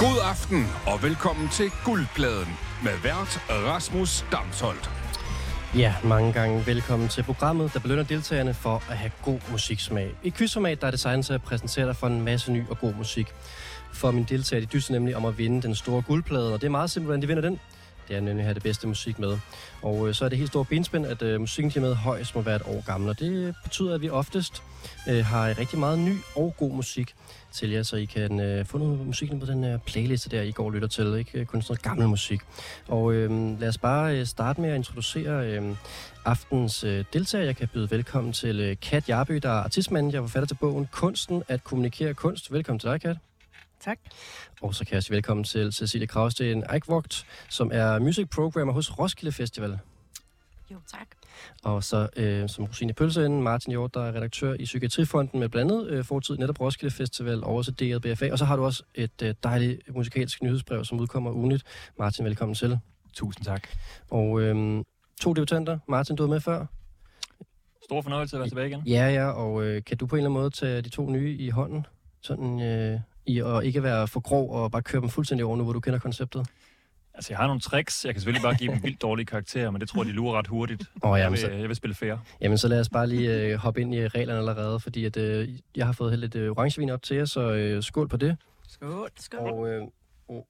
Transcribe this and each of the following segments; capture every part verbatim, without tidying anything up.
God aften og velkommen til Guldpladen med vært Rasmus Damsholdt. Ja, mange gange velkommen til programmet, der belønner deltagerne for at have god musiksmag. I quizformat, der er designet til at præsentere dig for en masse ny og god musik. For mine deltagere, de dyster nemlig om at vinde den store guldplade, og det er meget simpelt, hvordan de vinder den. Det er nemlig at have det bedste musik med. Og øh, så er det helt store benspænd, at øh, musikken de med højst må være et år gammel. Og det betyder, at vi oftest øh, har rigtig meget ny og god musik til jer, så I kan øh, få noget musik på den øh, playliste der, I går og lytter til. Ikke kun sådan noget gammel musik. Og øh, lad os bare øh, starte med at introducere øh, aftens øh, deltager. Jeg kan byde velkommen til øh, Kat Jarby, der er artistmanager og forfatter til bogen Kunsten at kommunikere kunst. Velkommen til dig, Kat. Tak. Og så kan jeg sige velkommen til Cecilie Kragsten Eichvogt, som er music programmer hos Roskilde Festival. Jo, tak. Og så øh, som rosine i pølseenden, Martin Hjort, der er redaktør i Psykiatrifonden med blandt andet øh, fortid netop Roskilde Festival og også D J B F A. Og så har du også et øh, dejligt musikalsk nyhedsbrev, som udkommer ugenligt. Martin, velkommen til. Tusind tak. Og øh, to debutanter. Martin, du er med før. Stor fornøjelse at være tilbage igen. Ja, ja, og øh, kan du på en eller anden måde tage de to nye i hånden? Sådan øh, i at ikke være for grov og bare køre dem fuldstændig over nu, hvor du kender konceptet? Altså, jeg har nogle tricks. Jeg kan selvfølgelig bare give dem vildt dårlige karakterer, men det tror jeg, de lurer ret hurtigt. Oh, jeg, vil, jeg vil spille fair. Jamen, så lad os bare lige øh, hoppe ind i reglerne allerede, fordi at, øh, jeg har fået helt lidt øh, orangevin op til jer, så øh, skål på det. Skål, skål. Og øh, oh.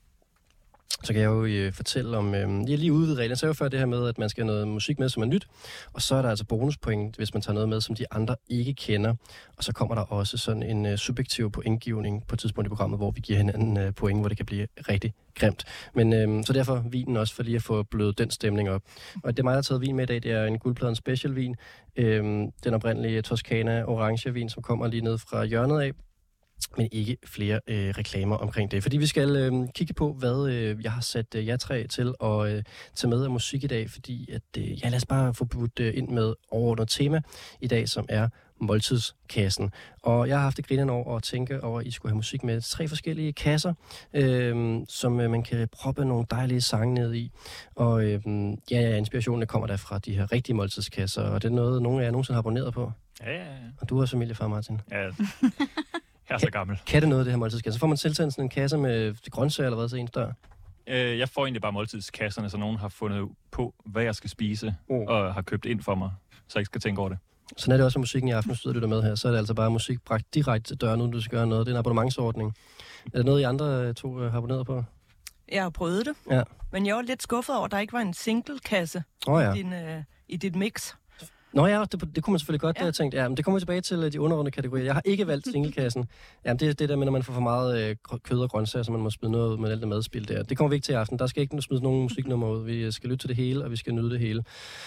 så kan jeg jo øh, fortælle om, øh, jeg lige udvidet reglerne. Så er jo før det her med, at man skal have noget musik med, som er nyt, og så er der altså bonuspoint, hvis man tager noget med, som de andre ikke kender. Og så kommer der også sådan en øh, subjektiv pointgivning på et tidspunkt i programmet, hvor vi giver hinanden øh, point, hvor det kan blive rigtig grimt. Men øh, så derfor vinen også for lige at få blødt den stemning op. Og det er mig, der har taget vin med i dag. Det er en Guldpladen special vin. Øh, den oprindelige Toscana orange vin, som kommer lige ned fra hjørnet af. Men ikke flere øh, reklamer omkring det. Fordi vi skal øh, kigge på, hvad øh, jeg har sat øh, jer tre til at øh, tage med af musik i dag. Fordi at, øh, ja, lad os bare få budt øh, ind med overordnet tema i dag, som er måltidskassen. Og jeg har haft det grinerne over at tænke over, at I skulle have musik med tre forskellige kasser, øh, som øh, man kan proppe nogle dejlige sange ned i. Og øh, ja, inspirationen kommer der fra de her rigtige måltidskasser, og det er noget, nogle af jer nogensinde har abonneret på. Ja, ja, ja. Og du er familiefar, Martin. Ja, jeg er så gammel. Kan det noget, det her måltidskasse? Så får man tilsendt sådan en kasse med grøntsager eller hvad til ens dør? Øh, jeg får egentlig bare måltidskasserne, så nogen har fundet på, hvad jeg skal spise, oh. og har købt ind for mig, så jeg ikke skal tænke over det. Sådan er det også med musikken i aften, så du der med her. Så er det altså bare musik bragt direkte til døren, uden du skal gøre noget. Det er en abonnementsordning. Er det noget, I andre to har abonneret på? Jeg har prøvet det, ja. Men jeg var lidt skuffet over, at der ikke var en single-kasse oh, ja. i, din, øh, i dit mix. Nå ja, det, det kunne man selvfølgelig godt, ja. Det jeg tænkte. Ja, men det kommer vi tilbage til de underordnede kategorier. Jeg har ikke valgt singlekassen. Jamen, det er det der med, når man får for meget øh, kød og grøntsager, så man må smide noget ud med alt det madspil der. Det kommer vi ikke til i aften. Der skal ikke smide nogen musiknummer ud. Vi skal lytte til det hele, og vi skal nyde det hele.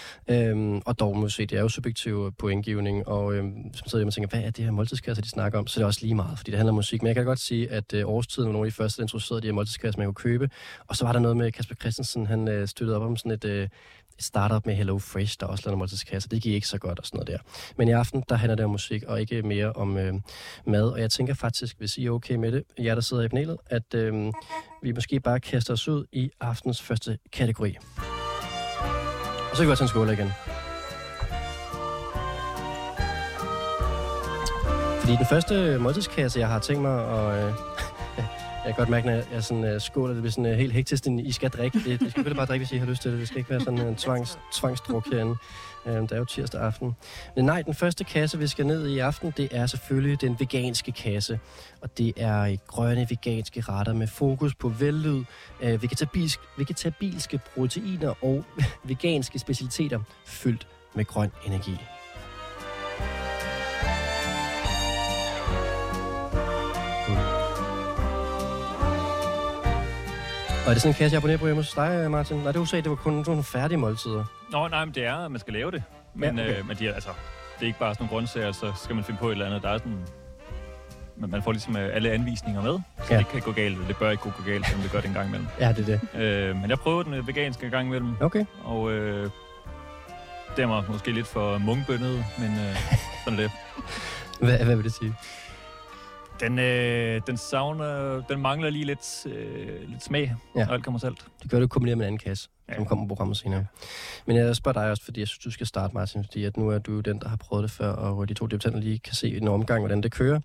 Øhm, og dog må se, det er jo subjektiv pointgivning, og øhm, så sidder jeg og tænker, hvad er det her måltidskasser, de snakker om? Så det er også lige meget, fordi det handler om musik. Men jeg kan godt sige, at øh, årstiden var nogle af de første, der introducerede de her måltidskasser, man kunne købe. Og så var der noget med Kasper Christensen, han øh, støttede op om sådan et... Øh, et startup med Hello Fresh, der også lavede måltidskasser. Det gik ikke så godt og sådan noget der. Men i aften, der handler det om musik, og ikke mere om øh, mad. Og jeg tænker faktisk, hvis I er okay med det, jer der sidder i panelet, at øh, vi måske bare kaster os ud i aftens første kategori. Og så kan vi godt tage en skål igen. Fordi den første måltidskasse, jeg har tænkt mig at... Øh, Jeg kan godt mærke, at jeg sådan, uh, skåler, det bliver sådan uh, helt hektisk, I skal drikke. Det, det skal selvfølgelig bare drikke, hvis I har lyst til det. Det skal ikke være sådan en tvangs, tvangsdruk herinde. Uh, det er jo tirsdag aften. Men nej, den første kasse, vi skal ned i aften, det er selvfølgelig den veganske kasse. Og det er grønne veganske retter med fokus på vellyd, uh, vegetabilsk, vegetabilske proteiner og veganske specialiteter fyldt med grøn energi. Og er det sådan en kasse, jeg abonnerer på hjemme hos dig, Martin? Nej, du sagde, det var kun nogle færdige måltider. Nå, nej, men det er, at man skal lave det. Men, ja, okay. øh, men de er, altså, det er ikke bare sådan nogle grøntsager, så skal man finde på et eller andet. Der er sådan... Man får ligesom alle anvisninger med, så ja. Det kan gå galt. Det bør ikke gå galt, som det gør det en gang imellem. Ja, det er det. Øh, men jeg prøvede den veganske gang imellem. Okay. Og øh, det var måske lidt for mungbønnet, men øh, sådan er det. Hvad, hvad vil det sige? Den, øh, den savner, den mangler lige lidt, øh, lidt smag, ja. Og alt kommer salt. Det gør det kombineret med en anden kasse, ja. Som kommer på programmet senere. Men jeg spørger dig også, fordi jeg synes, du skal starte, Martin, fordi at nu er du den, der har prøvet det før, og de to debutanter lige kan se i en omgang, hvordan det kører.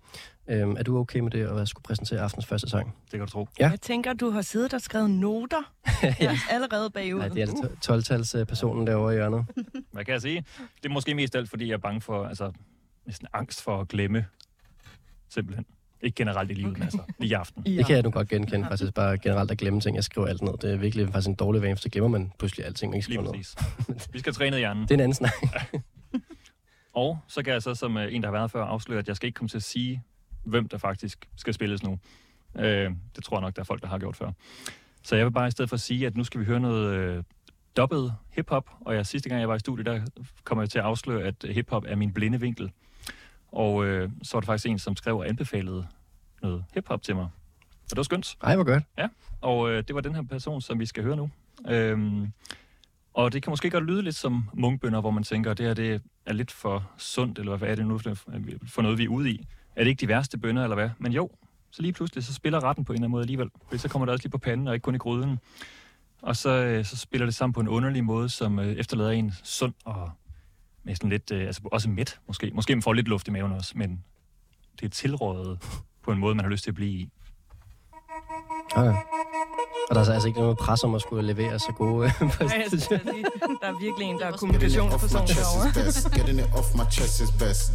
Øhm, er du okay med det, at skulle præsentere aftens første sang? Det kan du tro. Ja. Jeg tænker, du har siddet og skrevet noter ja. allerede bagud. Nej, det er altså tolv-tals-personen derovre i hjørnet. Hvad kan jeg sige? Det er måske mest alt, fordi jeg er bange for, altså, næsten angst for at glemme. Simpelthen. Ikke generelt i livet, okay. Men altså lige i aften. Det kan jeg nu godt genkende, faktisk bare generelt at glemme ting. Jeg skriver alt ned. Det er virkelig faktisk en dårlig vane, for så glemmer man pludselig alting, man ikke skriver noget. Vi skal træne hjernen. Det er en anden snak. Og så kan jeg så, som en, der har været før, afsløre, at jeg skal ikke komme til at sige, hvem der faktisk skal spilles nu. Øh, det tror jeg nok, der er folk, der har gjort før. Så jeg vil bare i stedet for sige, at nu skal vi høre noget øh, dobbelt hiphop. Og jeg, sidste gang, jeg var i studiet, der kommer jeg til at afsløre, at hiphop er min blinde vinkel. Og øh, så var der faktisk en, som skrev og anbefalede noget hiphop til mig. Og det var skønt. Ej, hvor godt. Ja, og øh, det var den her person, som vi skal høre nu. Øhm, og det kan måske godt lyde lidt som mungbønder, hvor man tænker, at det her det er lidt for sundt, eller hvad er det nu for noget, vi er ude i? Er det ikke de værste bønner, eller hvad? Men jo, så lige pludselig, så spiller retten på en eller anden måde alligevel. For så kommer det også lige på panden, og ikke kun i gryden. Og så, øh, så spiller det sammen på en underlig måde, som øh, efterlader en sund og med sådan lidt, øh, altså også mæt måske. Måske man får lidt luft i maven også, men det er tilrådet på en måde, man har lyst til at blive i. Okay. Og der er altså ikke noget pres om at skulle levere så gode øh, præstationer. Der er virkelig en, der er kommunikationsperson derovre. Getting it off my chest is best.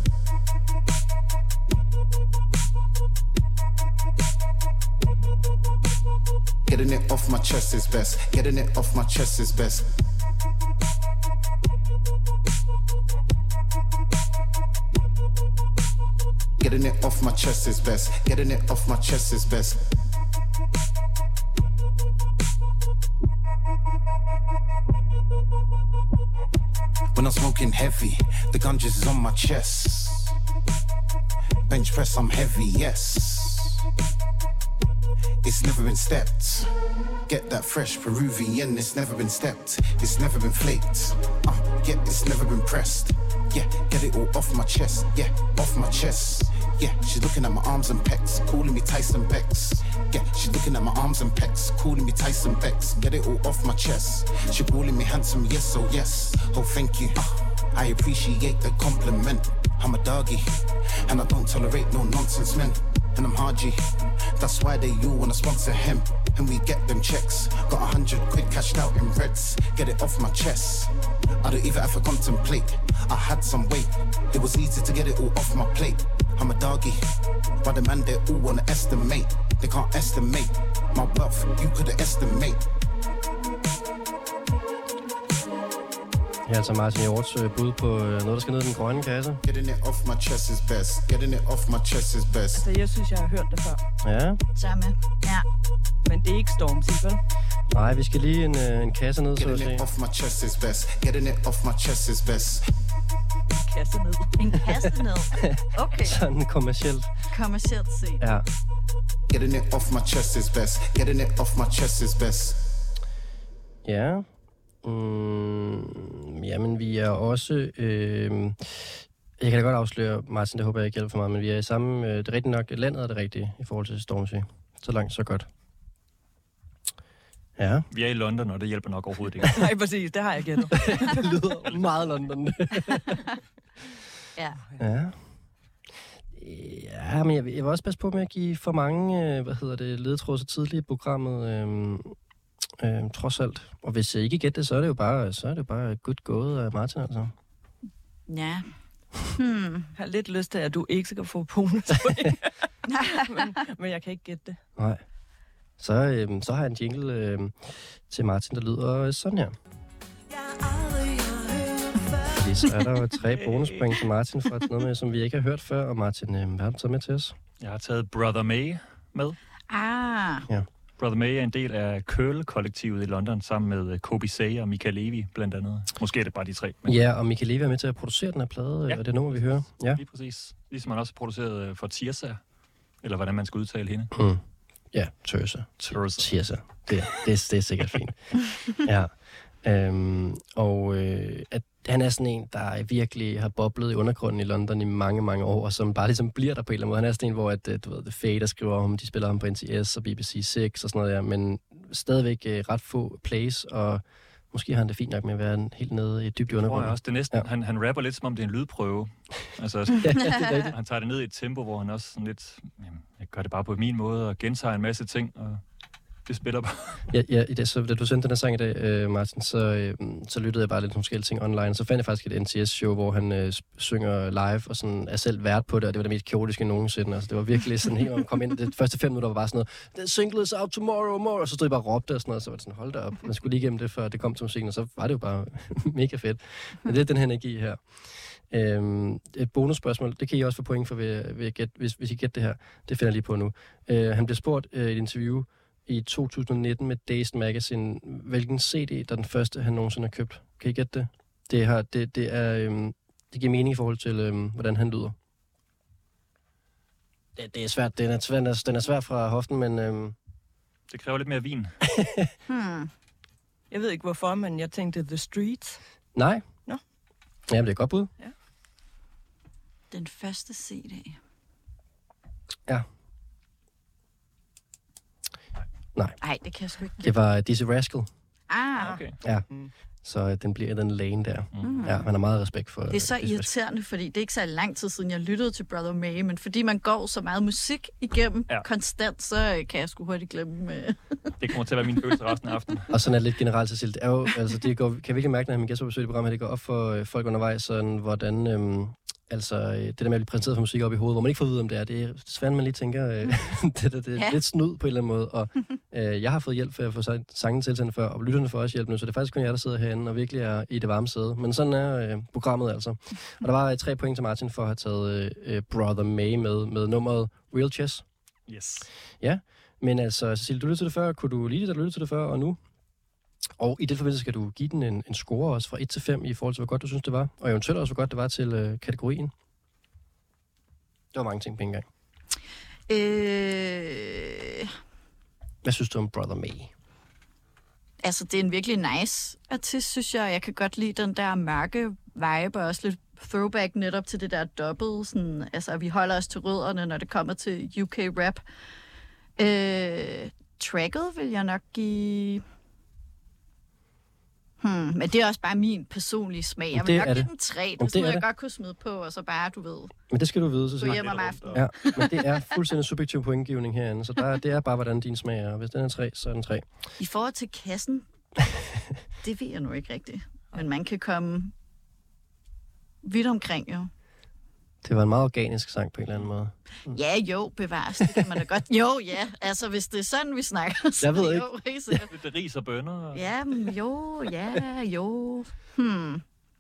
Getting it off my chest is best. Getting it off my chest is best. Getting it off my chest is best. Getting it off my chest is best. When I'm smoking heavy, the gun just is on my chest. Bench press, I'm heavy, yes. It's never been stepped. Get that fresh Peruvian, it's never been stepped. It's never been flaked. Uh, yeah, it's never been pressed. Yeah, get it all off my chest. Yeah, off my chest. Yeah, she's looking at my arms and pecs, calling me Tyson Bex. Yeah, she's looking at my arms and pecs, calling me Tyson Bex. Get it all off my chest. She calling me handsome, yes, oh yes. Oh, thank you. Uh, I appreciate the compliment. I'm a doggy, and I don't tolerate no nonsense men. And I'm hard G, that's why they all wanna sponsor him. And we get them checks, got a hundred quid cashed out in reds. Get it off my chest, I don't even have to contemplate. I had some weight, it was easy to get it all off my plate. I'm a doggy, but the man they all wanna estimate. They can't estimate my wealth, you couldn't estimate. Her er altså Martin Hjorts bud på noget, der skal ned i den grønne kasse. Getting it off my chest is best. Getting it off my chest is best. Altså, jeg synes, jeg har hørt det før. Ja. Samme. Ja. Men det er ikke Stormzy, vel? Nej, vi skal lige en, en kasse ned, så at sige. Getting it off my chest is best. Getting it off my chest is best. Kasse ned. En kasse ned. Okay. Sådan kommercielt. Kommercielt set. Ja. Getting it off my chest is best. Getting it off my chest is best. Ja. Mm, jamen, vi er også... Øh, jeg kan da godt afsløre, Martin, det håber jeg ikke hjælper for meget, men vi er i samme... Øh, det er rigtigt nok, landet er det rigtige i forhold til Stormzy. Så langt, så godt. Ja. Vi er i London, og det hjælper nok overhovedet ikke. Nej, præcis. Det har jeg gættet. Det lyder meget London. Ja. Ja. Ja, men jeg, jeg vil også passe på med at give for mange, øh, hvad hedder det, ledetråd så tidligt i programmet, øh, øh, trods alt. Og hvis jeg ikke gætter det, så er det jo bare, så er det jo bare good gået af Martin, altså. Ja. Hmm. Jeg har lidt lyst til, at du ikke skal få bonuspoint. men, men jeg kan ikke gætte det. Nej. Så, øh, så har jeg en jingle øh, til Martin, der lyder sådan her. Fordi så er der jo tre bonuspoint til Martin for noget med, som vi ikke har hørt før. Og Martin, øh, hvad har du taget med til os? Jeg har taget Brother May med. Ah. Ja. Brother May er en del af Curl-kollektivet i London, sammen med Kobe Say og Michael Levy, blandt andet. Måske er det bare de tre. Men... Ja, og Michael Levy er med til at producere den her plade, ja. Og det er nummer, vi hører. Ja, lige præcis. Ligesom man også har produceret for Tirsa, eller hvordan man skal udtale hende. Mm. Ja, Tirsa. Tirsa. Tirsa. Det, det, det er sikkert fint. Ja. Øhm, og øh, at han er sådan en, der virkelig har boblet i undergrunden i London i mange, mange år, og som bare ligesom bliver der på en eller anden måde. Han er sådan en, hvor at, du ved, The Fade skriver om, de spiller ham på N T S og B B C seks og sådan noget der, men stadigvæk øh, ret få plays, og måske har han det fint nok med at være helt nede i dybt i Det tror undergrunden. jeg også. Det er næsten, Ja. han, han rapper lidt, som om det er en lydprøve. Altså, Ja, det er rigtigt. han tager det ned i et tempo, hvor han også sådan lidt... Jamen, jeg gør det bare på min måde, og gentager en masse ting, og det spiller bare. Ja, ja i det, så da du sendte den her sang i dag, øh, Martin, så, øh, så lyttede jeg bare lidt nogle forskellige ting online. Så fandt jeg faktisk et N T S-show, hvor han øh, synger live, og sådan er selv vært på det, og det var det mest kaotiske nogensinde. Altså, det var virkelig sådan helt, man kom ind, det første fem minutter var bare sådan noget, the single is out tomorrow, tomorrow, og så stod jeg bare og råbte og sådan noget, så var det sådan, hold da op, man skulle lige igennem det, før det kom til musikken, og så var det jo bare mega fedt. Men det er den her energi her. Øhm, et bonusspørgsmål, det kan I også få point for, ved, ved at gætte, hvis, hvis I gætter det her. Det finder jeg lige på nu. Øh, han bliver spurgt øh, i et interview i to tusind nitten med Dazed Magazine, hvilken C D der er den første, han nogensinde har købt. Kan I gætte det? Det, har, det, det, er, øhm, det giver mening i forhold til, øhm, hvordan han lyder. Det, det er svært. Den er, den, er, den er svær fra hoften, men... Øhm... Det kræver lidt mere vin. Hmm. Jeg ved ikke hvorfor, men jeg tænkte The Streets. Nej. Nå. Ja, det er et godt bud. Ja. Den første C D. Ja. Nej. Nej, det kan jeg sgu ikke. Det var Dizzy Rascal. Ah, Okay. Ja. Mm. Så øh, den bliver den lane der. Mm. Ja, man har meget respekt for... det er så Dizzy Rascal. irriterende, fordi det er ikke så lang tid siden, jeg lyttede til Brother May, men fordi man går så meget musik igennem Ja. ja. konstant, så øh, kan jeg sgu hurtigt glemme... Øh. Det kommer til at være min følelse resten af aftenen. Og sådan er det lidt generelt, Cecil. Det er jo, altså, det går, kan jeg virkelig mærke, når min gæst på besøg i programmet, det går op for øh, folk undervejs, sådan, hvordan, øhm, altså, øh, det der med at blive præsenteret for musik op i hovedet, hvor man ikke får at vide, om det er, det er svært, man lige tænker, øh, det, det, det er Ja. lidt snud på en eller anden måde, og øh, jeg har fået hjælp for at få sang- sangen tilsendt før, og lytterne får også hjælp nu, så det er faktisk kun jeg, der sidder herinde og virkelig er i det varme sæde. Men sådan er øh, programmet altså. Og der var øh, tre point til Martin for at have taget øh, Brother May med, med nummeret Real Chess. Yes. Men altså, Cecilie, du lyttede til det før. Kunne du lide det, da du lyttede til det før og nu? Og i det forbindelse skal du give den en, en score også fra et til fem i forhold til, hvor godt du synes, det var. Og eventuelt også, hvor godt det var til øh, kategorien. Det var mange ting på en gang. Øh, Hvad synes du om Brother May? altså, det er en virkelig nice artist, synes jeg. Jeg kan godt lide den der mørke vibe, og også lidt throwback netop til det der double. Sådan, altså, vi holder os til rødderne, når det kommer til U K-rap. Øh, tracket vil jeg nok give... Hmm, men det er også bare min personlige smag. Jeg vil Det nok er give det. den tre. Det er det sådan er noget, jeg det. godt kunne smide på, og så bare, du ved, Men det skal du vide, gå Cecilie. hjem om aftenen. Ja, men det er fuldstændig subjektiv pointgivning herinde, så der, det er bare, hvordan din smag er. Hvis den er tre, så er den tre. I forhold til kassen, det ved jeg nu ikke rigtigt. Men man kan komme vidt omkring, jo. Det var en meget organisk sang på en eller anden måde. Ja, jo, bevares. Det kan man da godt. Jo, ja. Altså, hvis det er sådan, vi snakker, så Jeg ved ikke. jo, helt sikkert. Lidt ris og bønner. Og... Ja, men jo, ja, jo. Hmm.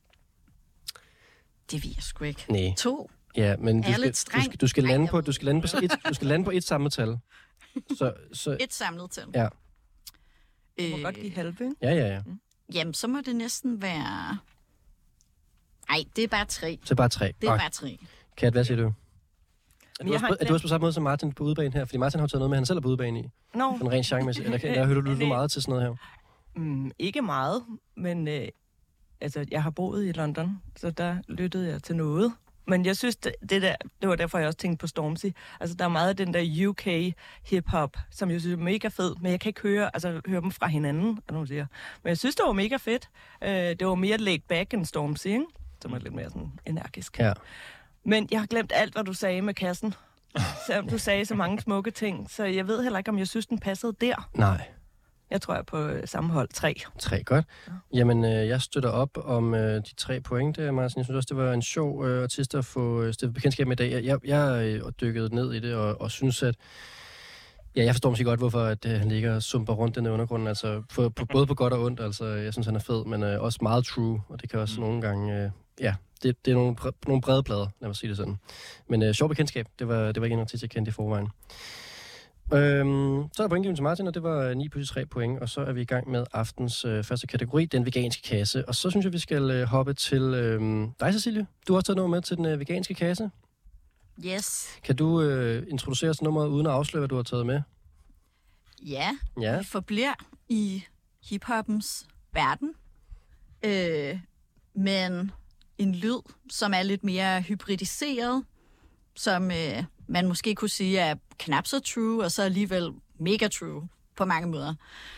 Det ved jeg sgu ikke. Nej. To. Ja, men du Er jeg skal, lidt du streng? skal, du skal Ej, lande jeg på, ved du skal lande på et, du skal lande på et samme tal. Så, så, Et samlet til. ja. Du må godt give halve, ikke? Ja, ja, ja. Jamen, så må det næsten være... Ej, det er bare tre. Så bare tre. Det er Godt. bare tre. Kat, hvad siger du? Er Men du, jeg også, har på- er du glemt- også på samme måde som Martin på udebane her? Fordi Martin har jo taget noget med, han selv er på udebane i. Nå, Sådan rent genremæssigt. Eller, eller hører du lytter du Nej. meget til sådan noget her? mm, ikke meget, men øh, altså, jeg har boet i London, så der lyttede jeg til noget. Men jeg synes, det, det, der, det var derfor, jeg også tænkte på Stormzy. Altså, der er meget af den der U K hip-hop, som jeg synes er mega fed, men jeg kan ikke høre, altså, høre dem fra hinanden, og nogen siger. Men jeg synes, det var mega fedt. Øh, det var mere laid back end Stormzy, ikke? Som er lidt mere sådan energisk. Ja. Men jeg har glemt alt, hvad du sagde med kassen. Selvom du sagde så mange smukke ting, så jeg ved heller ikke, om jeg synes, den passede der. Nej. Jeg tror, jeg er på øh, samme hold. Tre. Tre, godt. Jamen, øh, jeg støtter op om øh, de tre point der, Martin. Jeg synes også, det var en sjov øh, artist at få øh, stiftet bekendtskab med i dag. Jeg, jeg, jeg øh, dykkede ned i det og, og synes, at... Ja, jeg forstår måske godt, hvorfor at, øh, han ligger og sumper rundt den undergrunden. Altså, på, på, både på godt og ondt. Altså, jeg synes, han er fed, men øh, også meget true. Og det kan også mm. nogle gange... Øh, ja, det, det er nogle, nogle brede plader, lad mig sige det sådan. Men øh, sjov bekendtskab, det var, det var ikke en artist, jeg kendte i forvejen. Øhm, så er der pointgivning til Martin, og det var ni plus tre point, og så er vi i gang med aftens øh, første kategori, den veganske kasse. Og så synes jeg, vi skal øh, hoppe til øh, dig, Cecilie. Du har også taget noget med til den øh, veganske kasse. Yes. Kan du øh, introducere os til nummeret, uden at afsløre, hvad du har taget med? Ja, Ja. vi forbliver i hiphoppens verden. Øh, men en lyd, som er lidt mere hybridiseret, som øh, man måske kunne sige er knap så true, og så alligevel mega true på mange måder.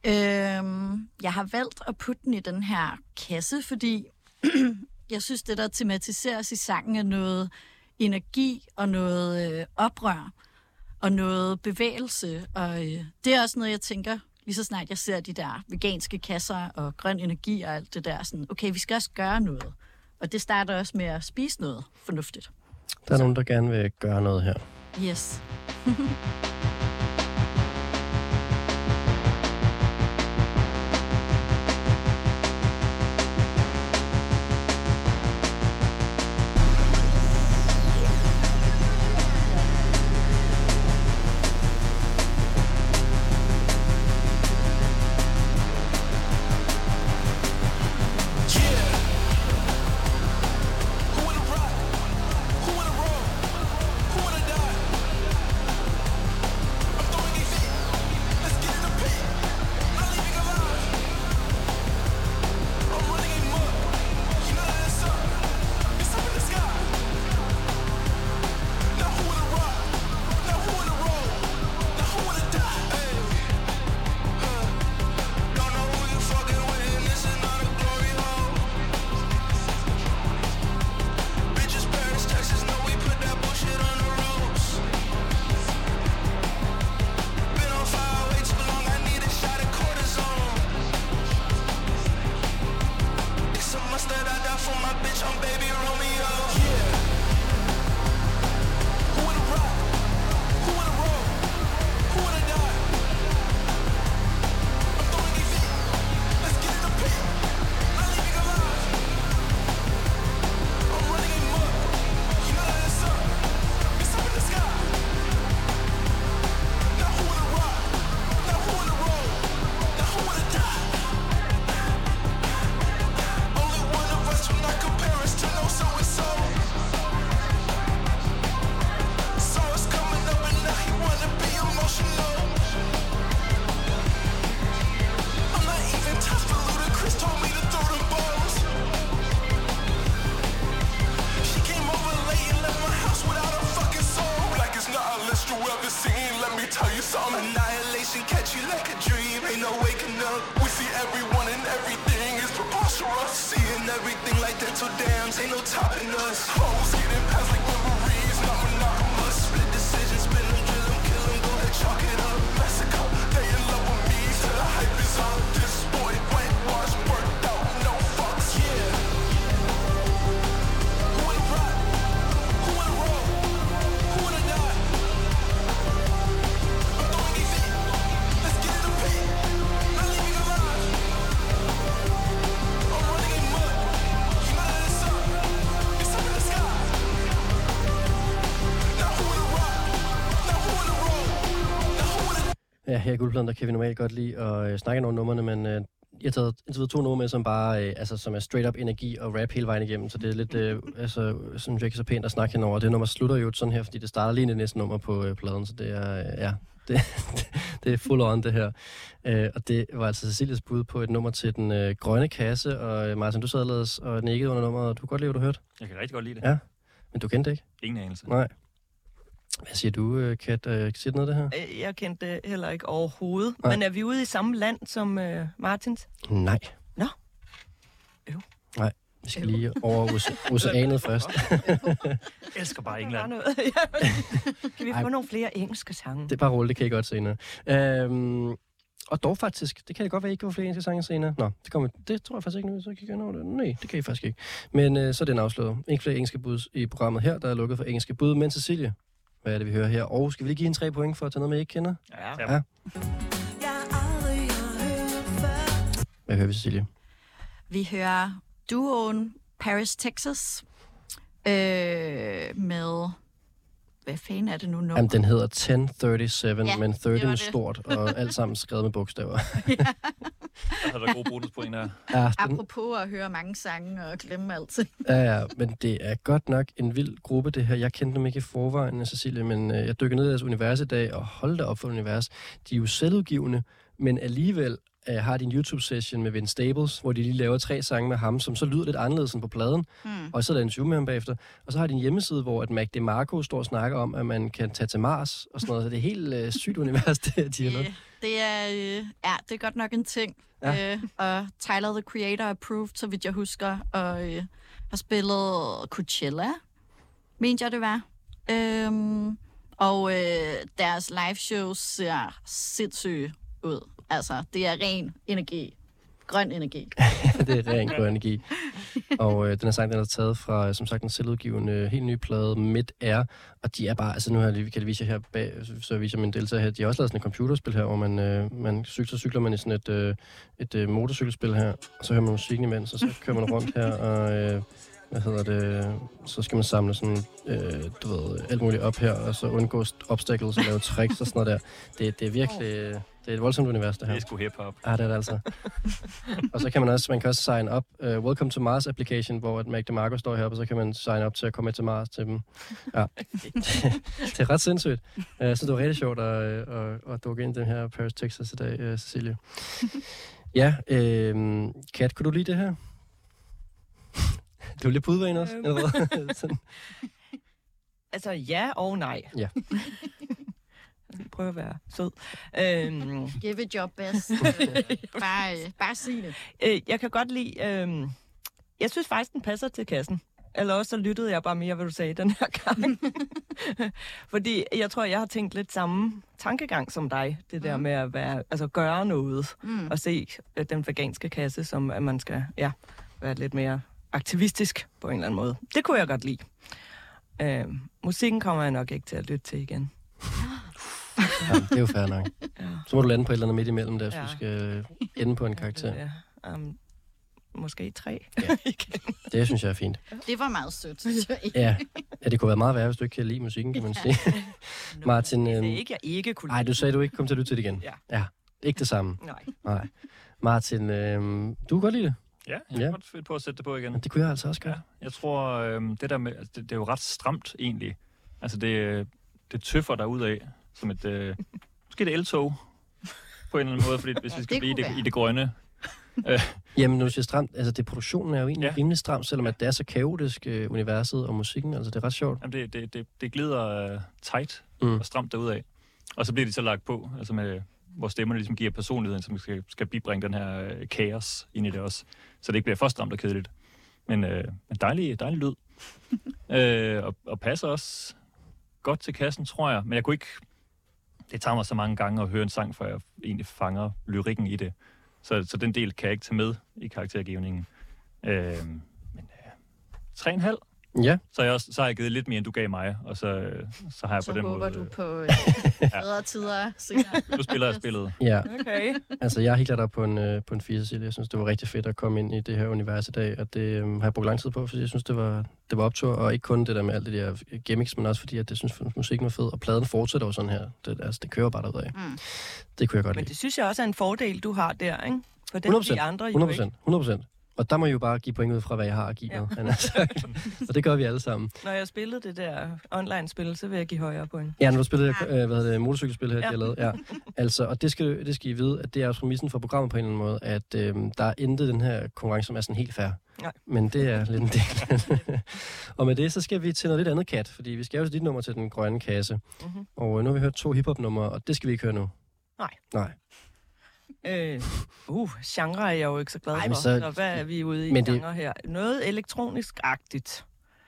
Øhm, jeg har valgt at putte den i den her kasse, fordi jeg synes, det der tematiseres i sangen er noget energi og noget øh, oprør og noget bevægelse. Og øh, det er også noget, jeg tænker, lige så snart jeg ser de der veganske kasser og grøn energi og alt det der, sådan, okay, vi skal også gøre noget. Og det starter også med at spise noget fornuftigt. Der er så nogen, der gerne vil gøre noget her. Yes. Ja, her i Guldpladen, der kan vi normalt godt lide at øh, snakke nogle numrene, men øh, jeg har taget indtil to numre med, som bare øh, altså, som er straight up energi og rap hele vejen igennem, så det er lidt, øh, altså, synes jeg ikke så pænt at snakke henover. Det nummer slutter jo sådan her, fordi det starter lige i det næste nummer på øh, pladen, så det er, øh, ja, det, det er full on det her. Øh, og det var altså Cecilias bud på et nummer til den øh, grønne kasse, og øh, Martin, du sad ellers og nikkede under nummeret, og du kunne godt lide, hvad du hørte? Jeg kan rigtig godt lide det. Ja, men du kendte det ikke? Ingen anelse. Nej. Hvad siger du, Kat? Øh, siger du noget af det her? Jeg kendte det heller ikke overhovedet. Nej. Men er vi ude i samme land som øh, Martins? Nej. Nå. Jo. Nej, vi skal lige over oceanet først. Jeg elsker bare England. Kan vi få Ej. nogle flere engelske sange? Det er bare roligt, det kan I godt senere. Øhm, og dog faktisk, det kan det godt være, at I ikke kan få flere engelske sange senere. Nå, det, kommer, det tror jeg faktisk ikke nu, så kan I over det. Nej, det kan I faktisk ikke. Men øh, så er den afslået. Ikke flere engelske bud i programmet her, der er lukket for engelske bud. Men Cecilie, hvad er det, vi hører her? Og skal vi lige give en tre point for at tage noget med, I ikke kender? Ja. ja. Hvad hører vi, Cecilie? Vi hører duoen Paris, Texas øh, med... Hvad fanden er det nu? Jamen, den hedder ti syv, ja, men tretti med stort, og alt sammen skrevet med bogstaver. Ja. Der har været gode bonuspoint der. Ja, den... Apropos at høre mange sange og glemme alting. Ja, ja, men det er godt nok en vild gruppe, det her. Jeg kendte dem ikke i forvejen, Cecilie, men øh, jeg dykker ned i deres univers i dag, og hold da op for univers. De er jo selvudgivende, men alligevel øh, har de en YouTube-session med Vince Staples, hvor de lige laver tre sange med ham, som så lyder lidt anderledes end på pladen, mm. og så er der en interview med ham bagefter. Og så har de en hjemmeside, hvor at Mac DeMarco står og snakker om, at man kan tage til Mars og sådan noget. Så det er helt øh, sygt univers, det de har lavet. Det er, øh, ja, det er godt nok en ting. Ja. Øh, og Tyler, the Creator, approved, så vidt jeg husker, og øh, har spillet Coachella, mente jeg det var. Øhm, og øh, deres live shows ser sindssygt ud. Altså, det er ren energi. Grøn energi. Det er ren grøn energi. Og øh, den her sang, den er taget fra, som sagt, en selvudgivende, helt ny plade, Mid-Air. Og de er bare, altså nu her, kan jeg vise jer her bag, så viser min deltager her, de har også lavet sådan et computerspil her, hvor man, øh, man cykler, så cykler man i sådan et, øh, et øh, motorcykelspil her, og så hører man musikken imens, og så kører man rundt her, og øh, hvad hedder det, så skal man samle sådan, øh, du ved, alt muligt op her, og så undgå obstacles og lave tricks og sådan noget der. Det, det er virkelig... Øh, Det er et voldsomt univers, det her. Det er sgu hip-hop. Ja, det er det altså. Og så kan man også, man kan også sign up. Uh, Welcome to Mars application, hvor at Mac DeMarco står heroppe, og så kan man sign up til at komme med til Mars til dem. Ja. Det er ret sindssygt. Uh, så det var rigtig sjovt at, at, at dukke ind i den her Paris, Texas i dag, uh, Cecilie. Ja, øh, Kat, kunne du lide det her? Du er lidt på udvejen også, eller hvad? Sådan. Altså, ja og nej. Ja. Prøv at være sød. Øhm, Give it your best. bare, bare sig det. øh, jeg kan godt lide... Øh, jeg synes faktisk, den passer til kassen. Eller også så lyttede jeg bare mere, hvad du sagde den her gang. Fordi jeg tror, jeg har tænkt lidt samme tankegang som dig. Det der mm. med at være, altså gøre noget. Mm. Og se den veganske kasse, som at man skal ja, være lidt mere aktivistisk på en eller anden måde. Det kunne jeg godt lide. Øh, musikken kommer jeg nok ikke til at lytte til igen. Ja, det er jo fair nok. Ja. Så må du lande på et eller andet midt imellem, der, så ja. du skal ende på en karakter. Ja, um, måske tre. Ja. Det synes jeg er fint. Det var meget sødt, synes jeg. Ja. Ja, det kunne være meget værre, hvis du ikke kan lide musikken, kan man sige. Nå, Martin... Jeg øhm... sagde ikke, jeg ikke kunne lide. Ej, du sagde, du ikke kom til at lytte til det igen. Ja. Ja, ikke det samme. Nej. Nej. Martin, øhm... du kan godt lide det? Ja, jeg kan ja. godt finde på at sætte det på igen. Men det kunne jeg altså også gøre. Ja, jeg tror, øhm, det der med... Altså, det, det er jo ret stramt, egentlig. Altså, det, det tøffer der ud af som et... Øh, måske et el-tog, på en eller anden måde, fordi hvis vi skal blive i det, i det grønne. Øh. Jamen, nu siger stramt, altså det produktionen er jo egentlig ja. rimelig stramt, selvom at det er så kaotisk, øh, universet og musikken, altså det er ret sjovt. Jamen, det, det, det, det glider uh, tight mm. og stramt derudad. Og så bliver de så lagt på, altså med, hvor stemmerne ligesom giver personligheden, som skal, skal bibringe den her øh, kaos ind i det også. Så det ikke bliver for stramt og kedeligt. Men øh, en dejlig, dejlig lyd. øh, og, og passer også godt til kassen, tror jeg. Men jeg kunne ikke... Det tager mig så mange gange at høre en sang, før jeg egentlig fanger lyrikken i det. Så, så den del kan jeg ikke tage med i karaktergivningen. Øh, men øh, tre og en halv. Ja. Så, jeg også, så har jeg givet lidt mere, end du gav mig, og så, så har jeg så på den måde... måde... Så håber du på øh, bedre tider senere. Nu spiller jeg spillet. Ja. Okay. Altså, jeg er helt klart op på en, øh, på en fire, Cecilie. Jeg synes, det var rigtig fedt at komme ind i det her univers i dag, og det øh, har jeg brugt lang tid på, fordi jeg synes, det var, det var optur, og ikke kun det der med alt det der gimmicks, men også fordi, at jeg synes, at musikken var fed, og pladen fortsætter jo sådan her. Det, altså, det kører bare derudad. Mm. Det kunne jeg godt men lide. det synes jeg også er en fordel, du har der, ikke? For det hundrede procent. de andre jo hundrede procent. ikke. hundrede procent. Og der må I jo bare give point ud fra, hvad jeg har at give ja. med. Og det gør vi alle sammen. Når jeg spillede det der online-spil, så vil jeg give højere point. Ja, når du spillede øh, hvad hedder det, motorcykelspil her, ja. de har lavet. Ja. Altså, og det skal, det skal I vide, at det er også præmissen for programmet på en eller anden måde, at øh, der er intet den her konkurrence, som er sådan helt fair. Nej. Men det er lidt en del. Og med det, så skal vi til noget lidt andet, Kat, fordi vi skal jo til dit nummer til den grønne kasse. Mm-hmm. Og nu har vi hørt to hiphop-numre, og det skal vi ikke høre nu. Nej. Nej. Øh, uh, genre er jeg jo ikke så glad Ej, for. så... Så hvad er vi ude i men genre det... her? Noget elektronisk-agtigt.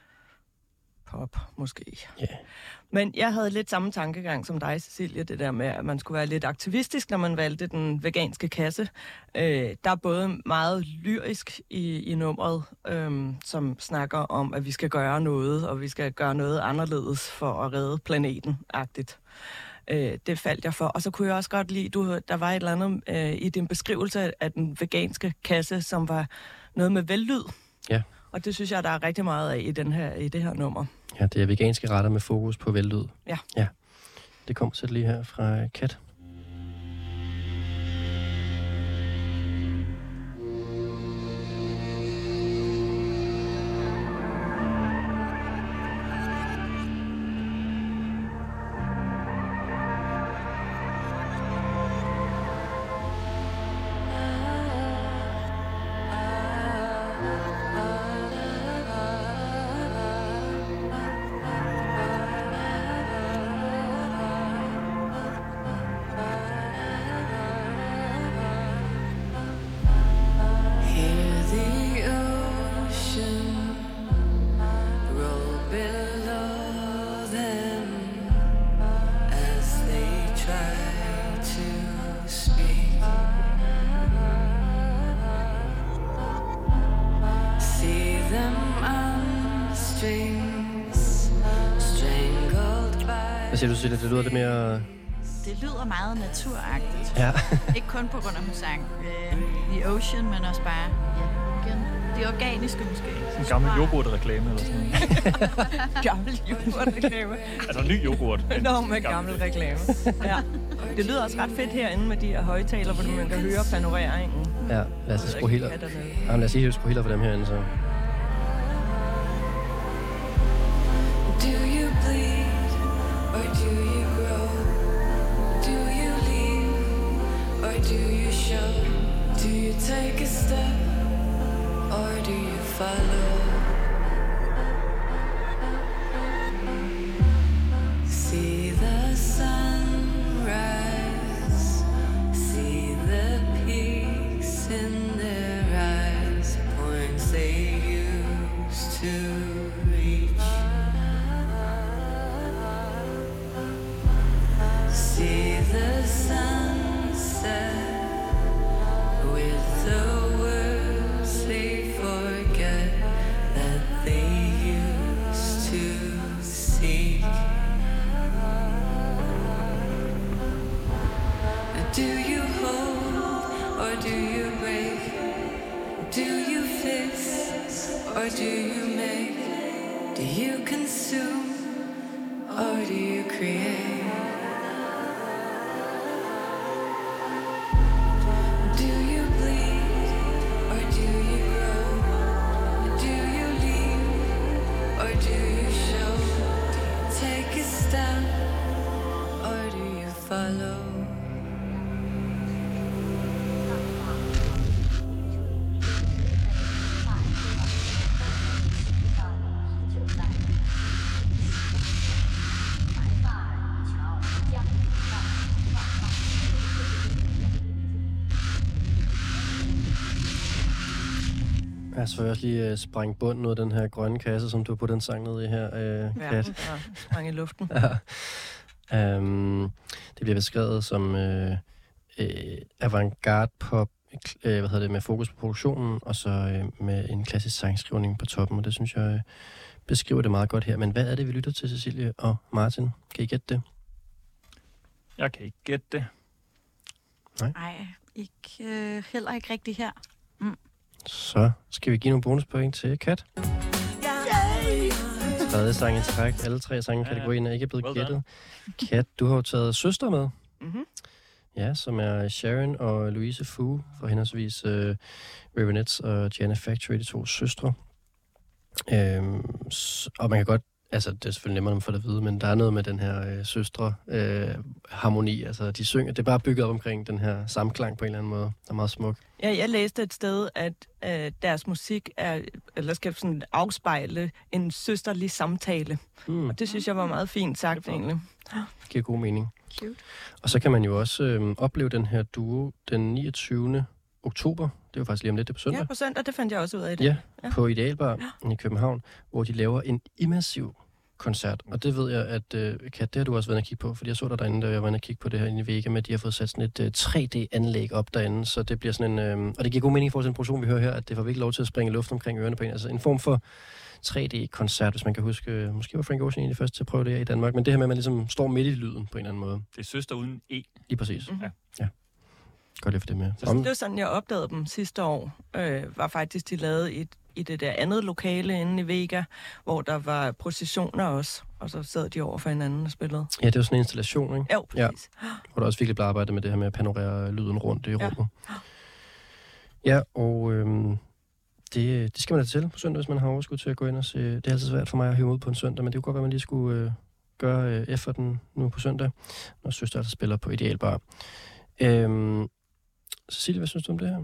Pop, måske. Yeah. Men jeg havde lidt samme tankegang som dig, Cecilie, det der med, at man skulle være lidt aktivistisk, når man valgte den veganske kasse. Øh, der er både meget lyrisk i, i nummeret, øh, som snakker om, at vi skal gøre noget, og vi skal gøre noget anderledes for at redde planeten-agtigt. Øh, det faldt jeg for. Og så kunne jeg også godt lide, du, der var et eller andet øh, i din beskrivelse af den veganske kasse, som var noget med vellyd. Ja. Og det synes jeg, der er rigtig meget af i, den her, i det her nummer. Ja, det er veganske retter med fokus på vellyd. Ja. Ja. Det kommer så lige her fra Kat. Hvad siger du, Cecilia? Det lyder lidt mere... Det lyder meget naturagtigt. Ja. Ikke kun på grund af, hun sang uh, The Ocean, men også bare, ja, igen, det organiske måske. En gammel yoghurt-reklame eller sådan noget. Gammel yoghurt-reklame. Altså en ny yoghurt. Nå, med gammel reklame. Ja. Det lyder også ret fedt herinde med de her højtaler, hvor man kan høre panoreringen. Ja, lad os skrue helt op. Ja, lad os lige skrue helt op for dem herinde, så. Do you bleed, or do you grow? Do you leave, or do you show? Do you take a step, or do you follow? See the sun rise, see the peaks in their eyes, points they used to reach. See the sunset with the words they forget that they used to seek. Do you hold or do you break? Do you fix or do you make? Do you consume or do you create? Do you bleed or do you grow? Do you leave or do you show? Do you take a step or do you follow? Jeg så også lige uh, sprænge bunden ud af den her grønne kasse, som du har på den sang nede i her, uh, Kat. Ja, sprang i luften. Ja. Um, det bliver beskrevet som uh, uh, avantgarde pop, uh, hvad hedder det, med fokus på produktionen, og så uh, med en klassisk sangskrivning på toppen, og det synes jeg uh, beskriver det meget godt her. Men hvad er det, vi lytter til, Cecilie og Martin? Kan I gætte det? Jeg kan ikke gætte det. Nej, ikke, øh, heller ikke rigtigt her. Mm. Så skal vi give nogle bonuspoint til Kat. Tredje sang i træk. Alle tre sange i kategorien er ikke blevet Well gættet. Kat, du har jo taget søster med. Mm-hmm. Ja, som er Sharon og Louise Fu fra henholdsvis uh, Ravenettes og Gianna Factory, de to søstre. Øhm, s- og man kan godt, altså det er selvfølgelig nemmere, når man får det at vide, men der er noget med den her øh, søstre øh, harmoni. Altså de synger, det er bare bygget op omkring den her samklang på en eller anden måde. Der er meget smuk. Ja, jeg læste et sted, at øh, deres musik er, eller skal sådan afspejle en søsterlig samtale. Mm, Og det synes jeg var meget fint sagt, egentlig. giver god mening. Cute. Og så kan man jo også øh, opleve den her duo den niogtyvende oktober. Det er jo faktisk lige om lidt, det er på søndag. Ja, på søndag, det fandt jeg også ud af i dag. Ja, Ja. på Idealbar i København, hvor de laver en immersiv koncert. Og det ved jeg, at uh, Kat, det har du også været inde at kigge på, fordi jeg så dig derinde, da jeg var inde at kigge på det her inde i Vega, med at de har fået sat sådan et uh, tre D-anlæg op derinde, så det bliver sådan en... Uh, og det giver god mening i forhold til den produktion, vi hører her, at det får virkelig lov til at springe luft omkring ørerne på en. Altså en form for tre D-koncert, hvis man kan huske. Uh, måske var Frank Ocean egentlig først til at prøve det her i Danmark, men det her med, at man ligesom står midt i lyden på en eller anden måde. Det er søster uden E. Lige præcis. Mhm. Ja. ja. Godt lige for det med. Så det var sådan, jeg opdagede dem sidste år. Øh, var faktisk, de lavede et, i det der andet lokale inde i Vega, hvor der var processioner også. Og så sad de over for hinanden og spillede. Ja, det var sådan en installation, ikke? Jo, præcis. Ja. Hvor der også virkelig blev arbejdet med det her med at panorere lyden rundt i Ja. rummet. Ja, og øhm, det, det skal man da til på søndag, hvis man har overskud til at gå ind og se. Det er altid svært for mig at hive ud på en søndag, men det kunne godt være, at man lige skulle øh, gøre øh, efterten nu på søndag, når søster altså spiller på Idealbar. Øhm, Cecilie, hvad synes du om det her?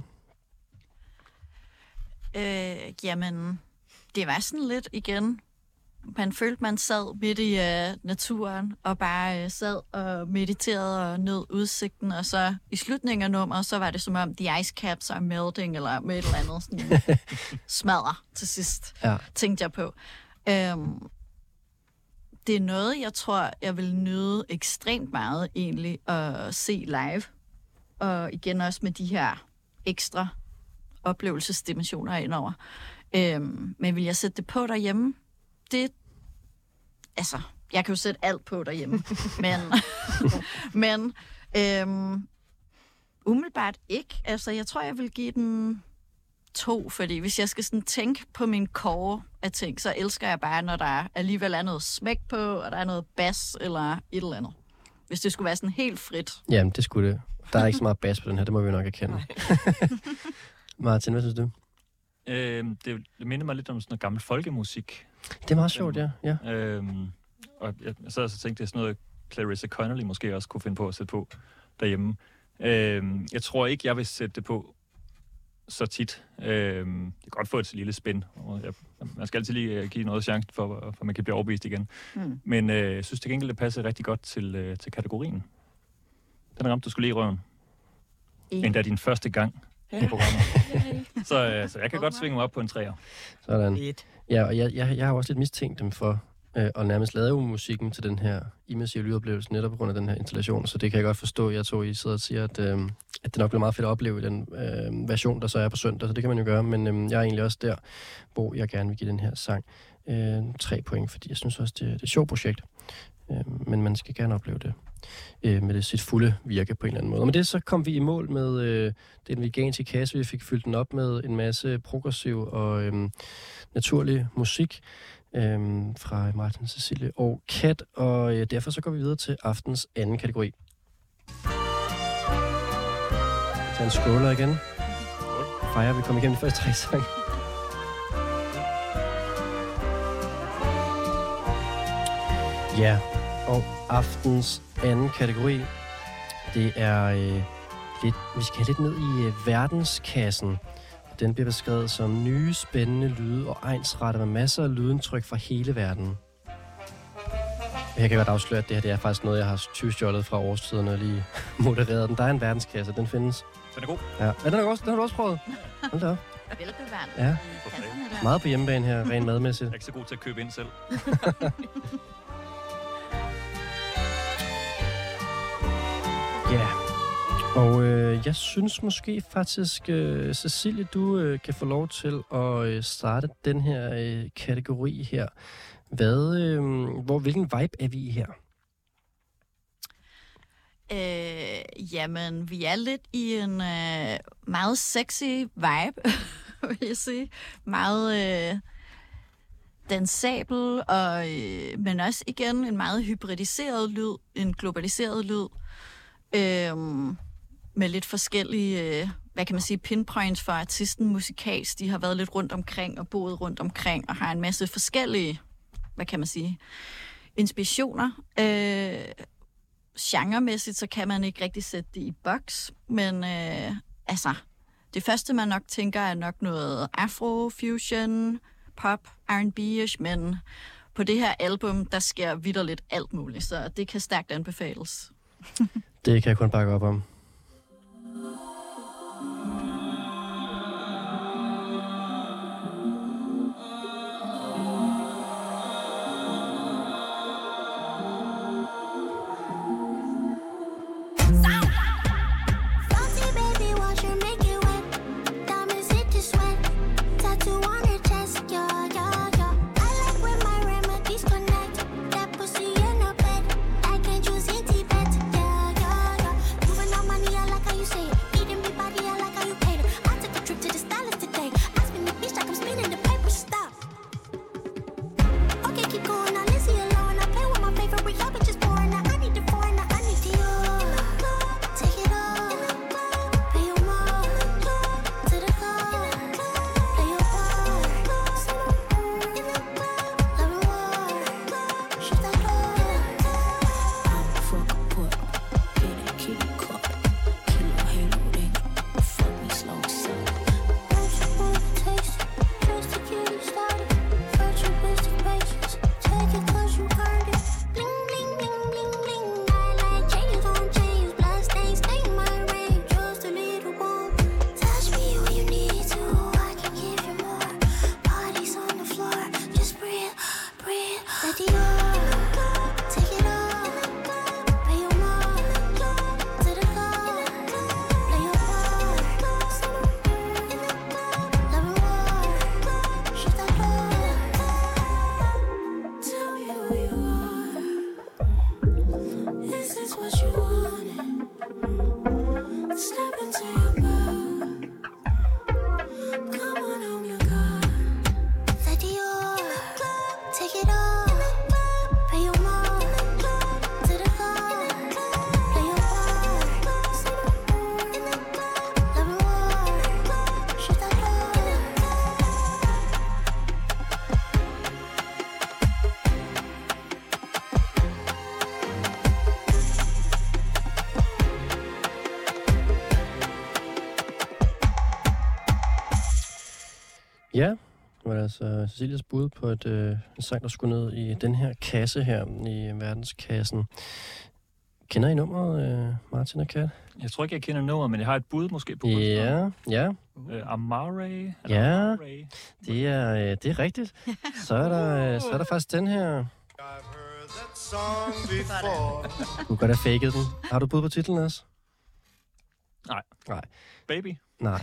Øh, jamen, det var sådan lidt igen. Man følte, man sad midt i uh, naturen, og bare uh, sad og mediterede og nød udsigten, og så i slutningen af nummeret, så var det som om, the ice caps are melting, eller med et eller andet sådan smadrer til sidst, Ja. tænkte jeg på. Um, det er noget, jeg tror, jeg vil nyde ekstremt meget egentlig at se live. Og igen også med de her ekstra oplevelsesdimensioner indover. Øhm, men vil jeg sætte det på derhjemme? Det, altså, Jeg kan jo sætte alt på derhjemme. men men øhm, umiddelbart ikke. Altså, jeg tror, jeg vil give den to, fordi hvis jeg skal sådan tænke på min core af ting, så elsker jeg bare, når der alligevel er noget smæk på, og der er noget bas eller et eller andet. Hvis det skulle være sådan helt frit. Jamen, det skulle det. Der er ikke så meget bas på den her, det må vi nok erkende. Martin, hvad synes du? Øhm, det, det minder mig lidt om sådan noget gammel folkemusik. Det er meget sjovt, ja. ja. Øhm, og jeg, så havde jeg så tænkt, det er sådan noget, Clarissa Connolly måske også kunne finde på at sætte på derhjemme. Øhm, jeg tror ikke, jeg vil sætte det på så tit. Øhm, det kan godt få et lille spin. Og jeg, man skal altid lige give noget chance for, for man kan blive overbevist igen. Mm. Men øh, jeg synes til gengæld, det passer rigtig godt til, øh, til kategorien. Den ramte du skulle lige i røven. Endda din første gang i programmet. så, øh, så jeg kan godt svinge mig op på en træer. Sådan. Ja, og jeg, jeg, jeg har også lidt mistænkt dem for øh, at nærmest lave musikken til den her immersive lydoplevelse netop på grund af den her installation. Så det kan jeg godt forstå. Jeg tror, I sidder og siger, at, øh, at det nok bliver meget fedt at opleve i den øh, version, der så er på søndag. Så det kan man jo gøre. Men øh, jeg er egentlig også der, hvor jeg gerne vil give den her sang øh, tre point, fordi jeg synes også, det, det er et sjovt projekt. Øh, men man skal gerne opleve det øh, med det sit fulde virke på en eller anden måde. Og med det så kom vi i mål med øh, den veganske kasse. Vi fik fyldt den op med en masse progressiv og øh, naturlig musik øh, fra Martin, Cecilie og Kat. Og øh, derfor så går vi videre til aftens anden kategori. Tag en skåler igen. Fejrer, vi kom igennem de første tre sange. Ja, og aftens anden kategori, det er øh, lidt, vi skal have lidt ned i øh, verdenskassen. Den bliver beskrevet som nye, spændende lyde og ensretter med masser af lydindtryk fra hele verden. Jeg kan godt afsløre, at det her det er faktisk noget, jeg har tyvstjålet fra årstiden og lige modereret den. Der er en verdenskasse, den findes. Den er god. Ja, ja den, er også, den har du også prøvet. Hold da op. Velbevaret. Ja, meget på hjemmebane her, rent madmæssigt. Jeg er ikke så god til at købe ind selv. Ja, og øh, jeg synes måske faktisk, øh, Cecilie, du øh, kan få lov til at øh, starte den her øh, kategori her. Hvad, øh, hvor, hvilken vibe er vi i her? Øh, jamen, vi er lidt i en øh, meget sexy vibe, vil jeg sige. Meget øh, dansabel, og, øh, men også igen en meget hybridiseret lyd, en globaliseret lyd. Øhm, med lidt forskellige, øh, hvad kan man sige, pinpoints for artisten musikalsk. De har været lidt rundt omkring og boet rundt omkring og har en masse forskellige, hvad kan man sige, inspirationer. Øh, genremæssigt, så kan man ikke rigtig sætte det i boks, men øh, altså, det første man nok tænker er nok noget afro-fusion, pop, R and B-ish, men på det her album, der sker vitterligt alt muligt, så det kan stærkt anbefales. Det kan jeg kun bakke op om. Moving on my Ja, det var altså Cecilias bud på et, øh, en sang, der skulle ned i den her kasse her, i verdenskassen. Kender I nummeret, øh, Martin og Kat? Jeg tror ikke, jeg kender nummeret, men jeg har et bud måske på Ja, ja. Uh, Amare? Ja, Amare? det er, øh, det er rigtigt. Så er der, øh, så er der faktisk den her. Du kan godt have faked den. Har du bud på titlen også? Nej. Nej. Baby? Nej.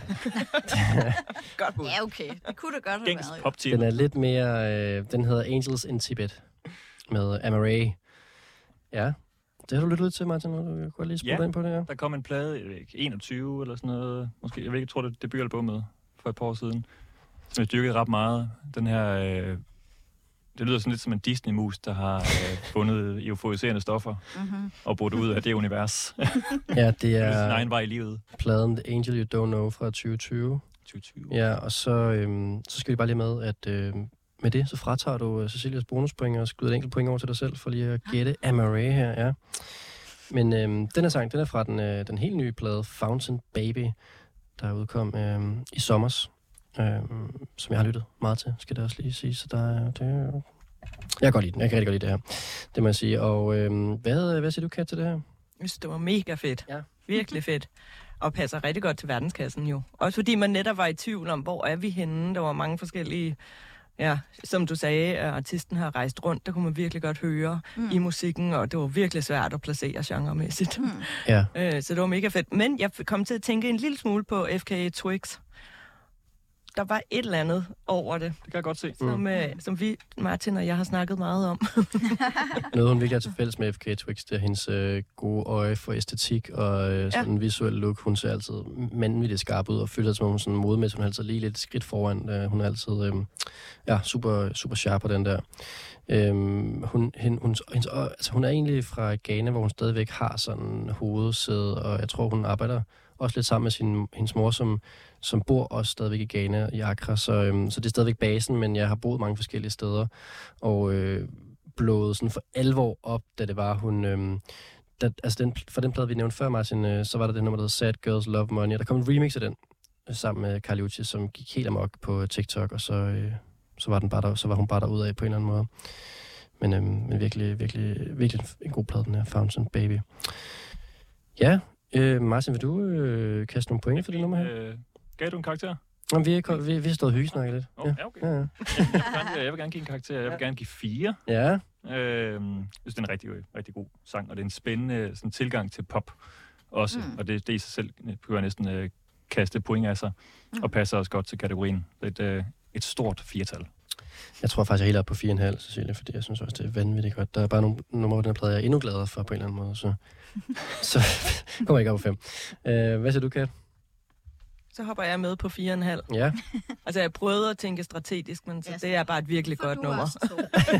Godt bud. Ja, okay. Det kunne da godt have Gængs været. jo. poptitel. Den er lidt mere... Øh, den hedder Angels in Tibet med Amare. Ja. Det har du lyttet lidt til, Martin, og du kan godt lige spurgte Ja. ind på det her. Der kom en plade, jeg ved ikke, enogtyve eller sådan noget. Måske, jeg ved ikke, jeg tror, det er debutalbummet for et par år siden. Som jeg dyrkede ret meget. Den her... Øh, det lyder sådan lidt som en Disney-mus, der har øh, fundet euforiserende stoffer Mm-hmm. og brugt ud af det univers. Ja, det Det er sin er egen vej i livet. pladen The Angel You Don't Know fra tyve tyve. tyve tyve. Ja, og så, øhm, så skal vi bare lige med, at øhm, med det, så fratager du øh, Cecilias bonuspoint og skyder et enkelt point over til dig selv, for lige at gætte Amare her, ja. Men øhm, den her sang, den er fra den, øh, den helt nye plade Fountain Baby, der udkom øhm, i sommers, øhm, som jeg har lyttet meget til, skal det også lige sige. Så der er, det er, jeg kan godt lide den, jeg kan rigtig godt lide det her, det må jeg sige. Og øhm, hvad, hvad siger du, Kat, til det her? Jeg synes, det var mega fedt. Ja. Virkelig fedt. Og passer rigtig godt til verdenskassen jo. Også fordi man netop var i tvivl om, hvor er vi henne. Der var mange forskellige, ja, som du sagde, at artisten har rejst rundt. Der kunne man virkelig godt høre mm. i musikken, og det var virkelig svært at placere genremæssigt. Mm. Ja. Øh, så det var mega fedt. Men jeg kom til at tænke en lille smule på F K A Twigs. Der var et eller andet over det, Det kan jeg godt se. som, øh, som vi, Martin og jeg, har snakket meget om. Noget, hun virkelig har til fælles med F K Twigs, det er hendes øh, gode øje for æstetik og øh, sådan en visuel look. Hun ser altid mandvildt skarp ud og føler sig som hun sådan modemæssigt. Hun er altid lige lidt skridt foran. Øh, hun er altid øh, ja, super, super sharp på den der. Øh, hun, hen, hun, hendes, altså, hun er egentlig fra Ghana, hvor hun stadigvæk har sådan hovedsæde, og jeg tror, hun arbejder også lidt sammen med sin, hendes mor, som, som bor også stadigvæk i Ghana, i Accra. Så, øhm, så det er stadigvæk basen, men jeg har boet mange forskellige steder. Og øh, blået sådan for alvor op, da det var, hun... Øhm, da, altså den, for den plade, vi nævnte før, Martin, øh, så var der det nummer, der hedder Sad Girls Love Money. Og der kom en remix af den, øh, sammen med Carly Uchis, som gik helt amok på TikTok, og så, øh, så, var, den bare der, så var hun bare derude af på en eller anden måde. Men, øhm, men virkelig, virkelig, virkelig en god plade, den her Fountain Baby. Ja, Øh, Martin, vil du øh, kaste nogle point for det nummer her? Øh, gav du en karakter? Jamen, vi, er, vi, vi har stået og hyggesnakket lidt. Oh, ja, okay. Ja, ja. Jeg, vil gerne, jeg vil gerne give en karakter. Jeg vil gerne give fire. Ja. Øh, jeg synes, det er en rigtig, rigtig god sang, og det er en spændende sådan, tilgang til pop også. Mm. Og det, det i sig selv behøver næsten øh, kaste point af sig, mm. og passer også godt til kategorien. Det er et, øh, et stort firtal. Jeg tror faktisk, jeg er helt oppe på fire komma fem, Cecilie, fordi jeg synes også, det er vanvittigt godt. Der er bare nogle numre af den her plade, jeg er endnu gladere for på en eller anden måde, så, så kommer jeg ikke op på fem. Uh, hvad siger du, Kat? Så hopper jeg med på fire komma fem. Ja. Altså, jeg prøvede at tænke strategisk, men så Ja, det er bare et virkelig så godt du nummer. også to.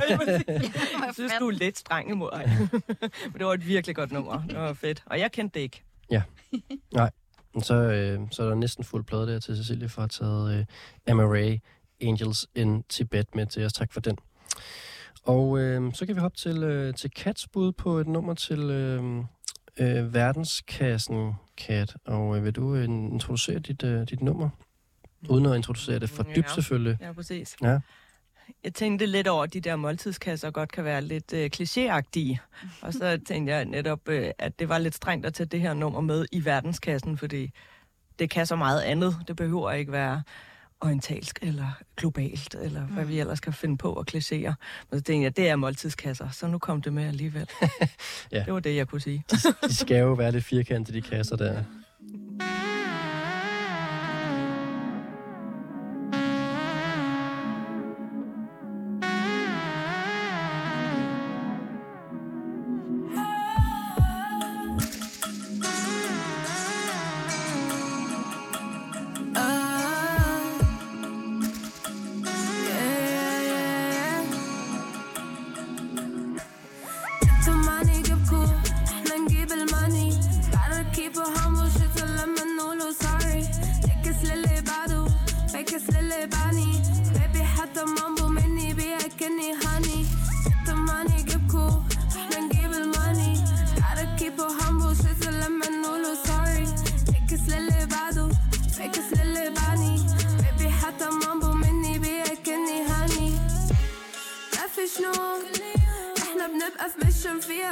Jeg synes, du er lidt streng imod mig. Men det var et virkelig godt nummer. Det var fedt. Og jeg kendte det ikke. Ja. Nej. Så, øh, så er der næsten fuld plade der til Cecilie for at have taget øh, Amare Angels in Tibet med til os. Tak for den. Og øh, så kan vi hoppe til, øh, til Kats bud på et nummer til øh, øh, verdenskassen, Kat. Og øh, vil du øh, introducere dit, øh, dit nummer? Uden at introducere det for dybt, Ja. selvfølgelig. Ja, præcis. Ja. Jeg tænkte lidt over, at de der måltidskasser godt kan være lidt øh, klichéagtige. Og så tænkte jeg netop, øh, at det var lidt strengt at tage det her nummer med i verdenskassen, fordi det kan så meget andet. Det behøver ikke være orientalsk eller globalt, eller hvad vi ellers kan finde på at klichéer. Men så tænkte jeg, det er måltidskasser, så nu kom det med alligevel. Ja. Det var det, jeg kunne sige. De skal jo være lidt firkantede, de kasser der. Keep a humble shit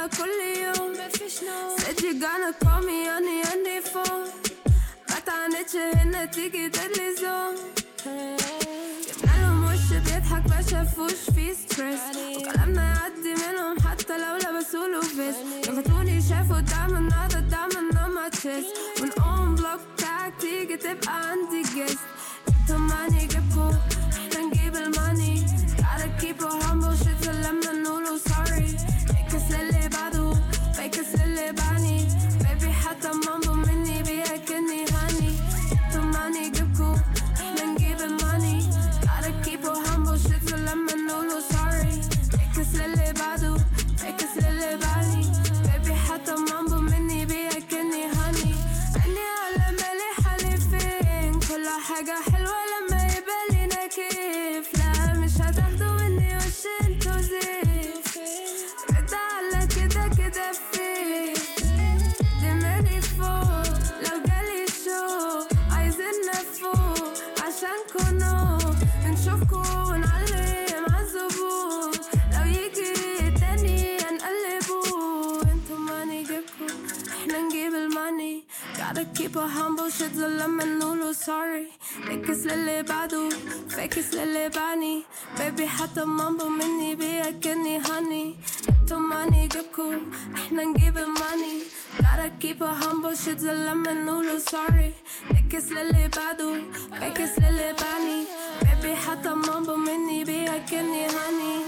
فيها كل يوم Said you gonna call me on the Andy phone ما تعنتش هنا تيجي تدلي زوم جبنا لهم وش بيضحك ما شافوش فيه ستريس وكلامنا يعدي منهم حتى لو لبسوله فيس ينفتوني شافوا diamond هذا diamond on my chest ونقوم بلوك تاك تيجي تبقى عندي جيست انتوا ماني جيبكوا احنا نجيب الماني gotta keep it humble shit لما نقولوا sorry فاكس للي بعده فاكس للي بعاني baby حتى مامبو مني بيها كني هاني انتوا ماني جيبكوا احنا نجيب الماني gotta keep it humble shit لما نقولوا sorry فاكس للي بعده فاكس للي بعاني baby حتى مامبو مني بيها كني هاني عيني على مالي حالي فين كل حاجة حلوة لما يبقى لينا كيف لا مش هتاخدوا مني وش انتوا زيف رد على كده كده فين دماغي فوق لو جالي شو عايزيننا فوق عشان كونوا نشوفكوا ونعلم عالزبون لو يجي تاني هنقلبوا انتوا ماني جيبكوا احنا نجيب الماني gotta keep a humble shit لما نقولوا sorry فاكس للي بعده فاكس للي بعاني baby حتى مامبو مني بيها كني هاني انتوا ماني جيبكوا احنا نجيب الماني gotta keep a humble shit لما نقولوا sorry فاكس للي بعده فاكس للي بعاني baby حتى مامبو مني بيها كني هاني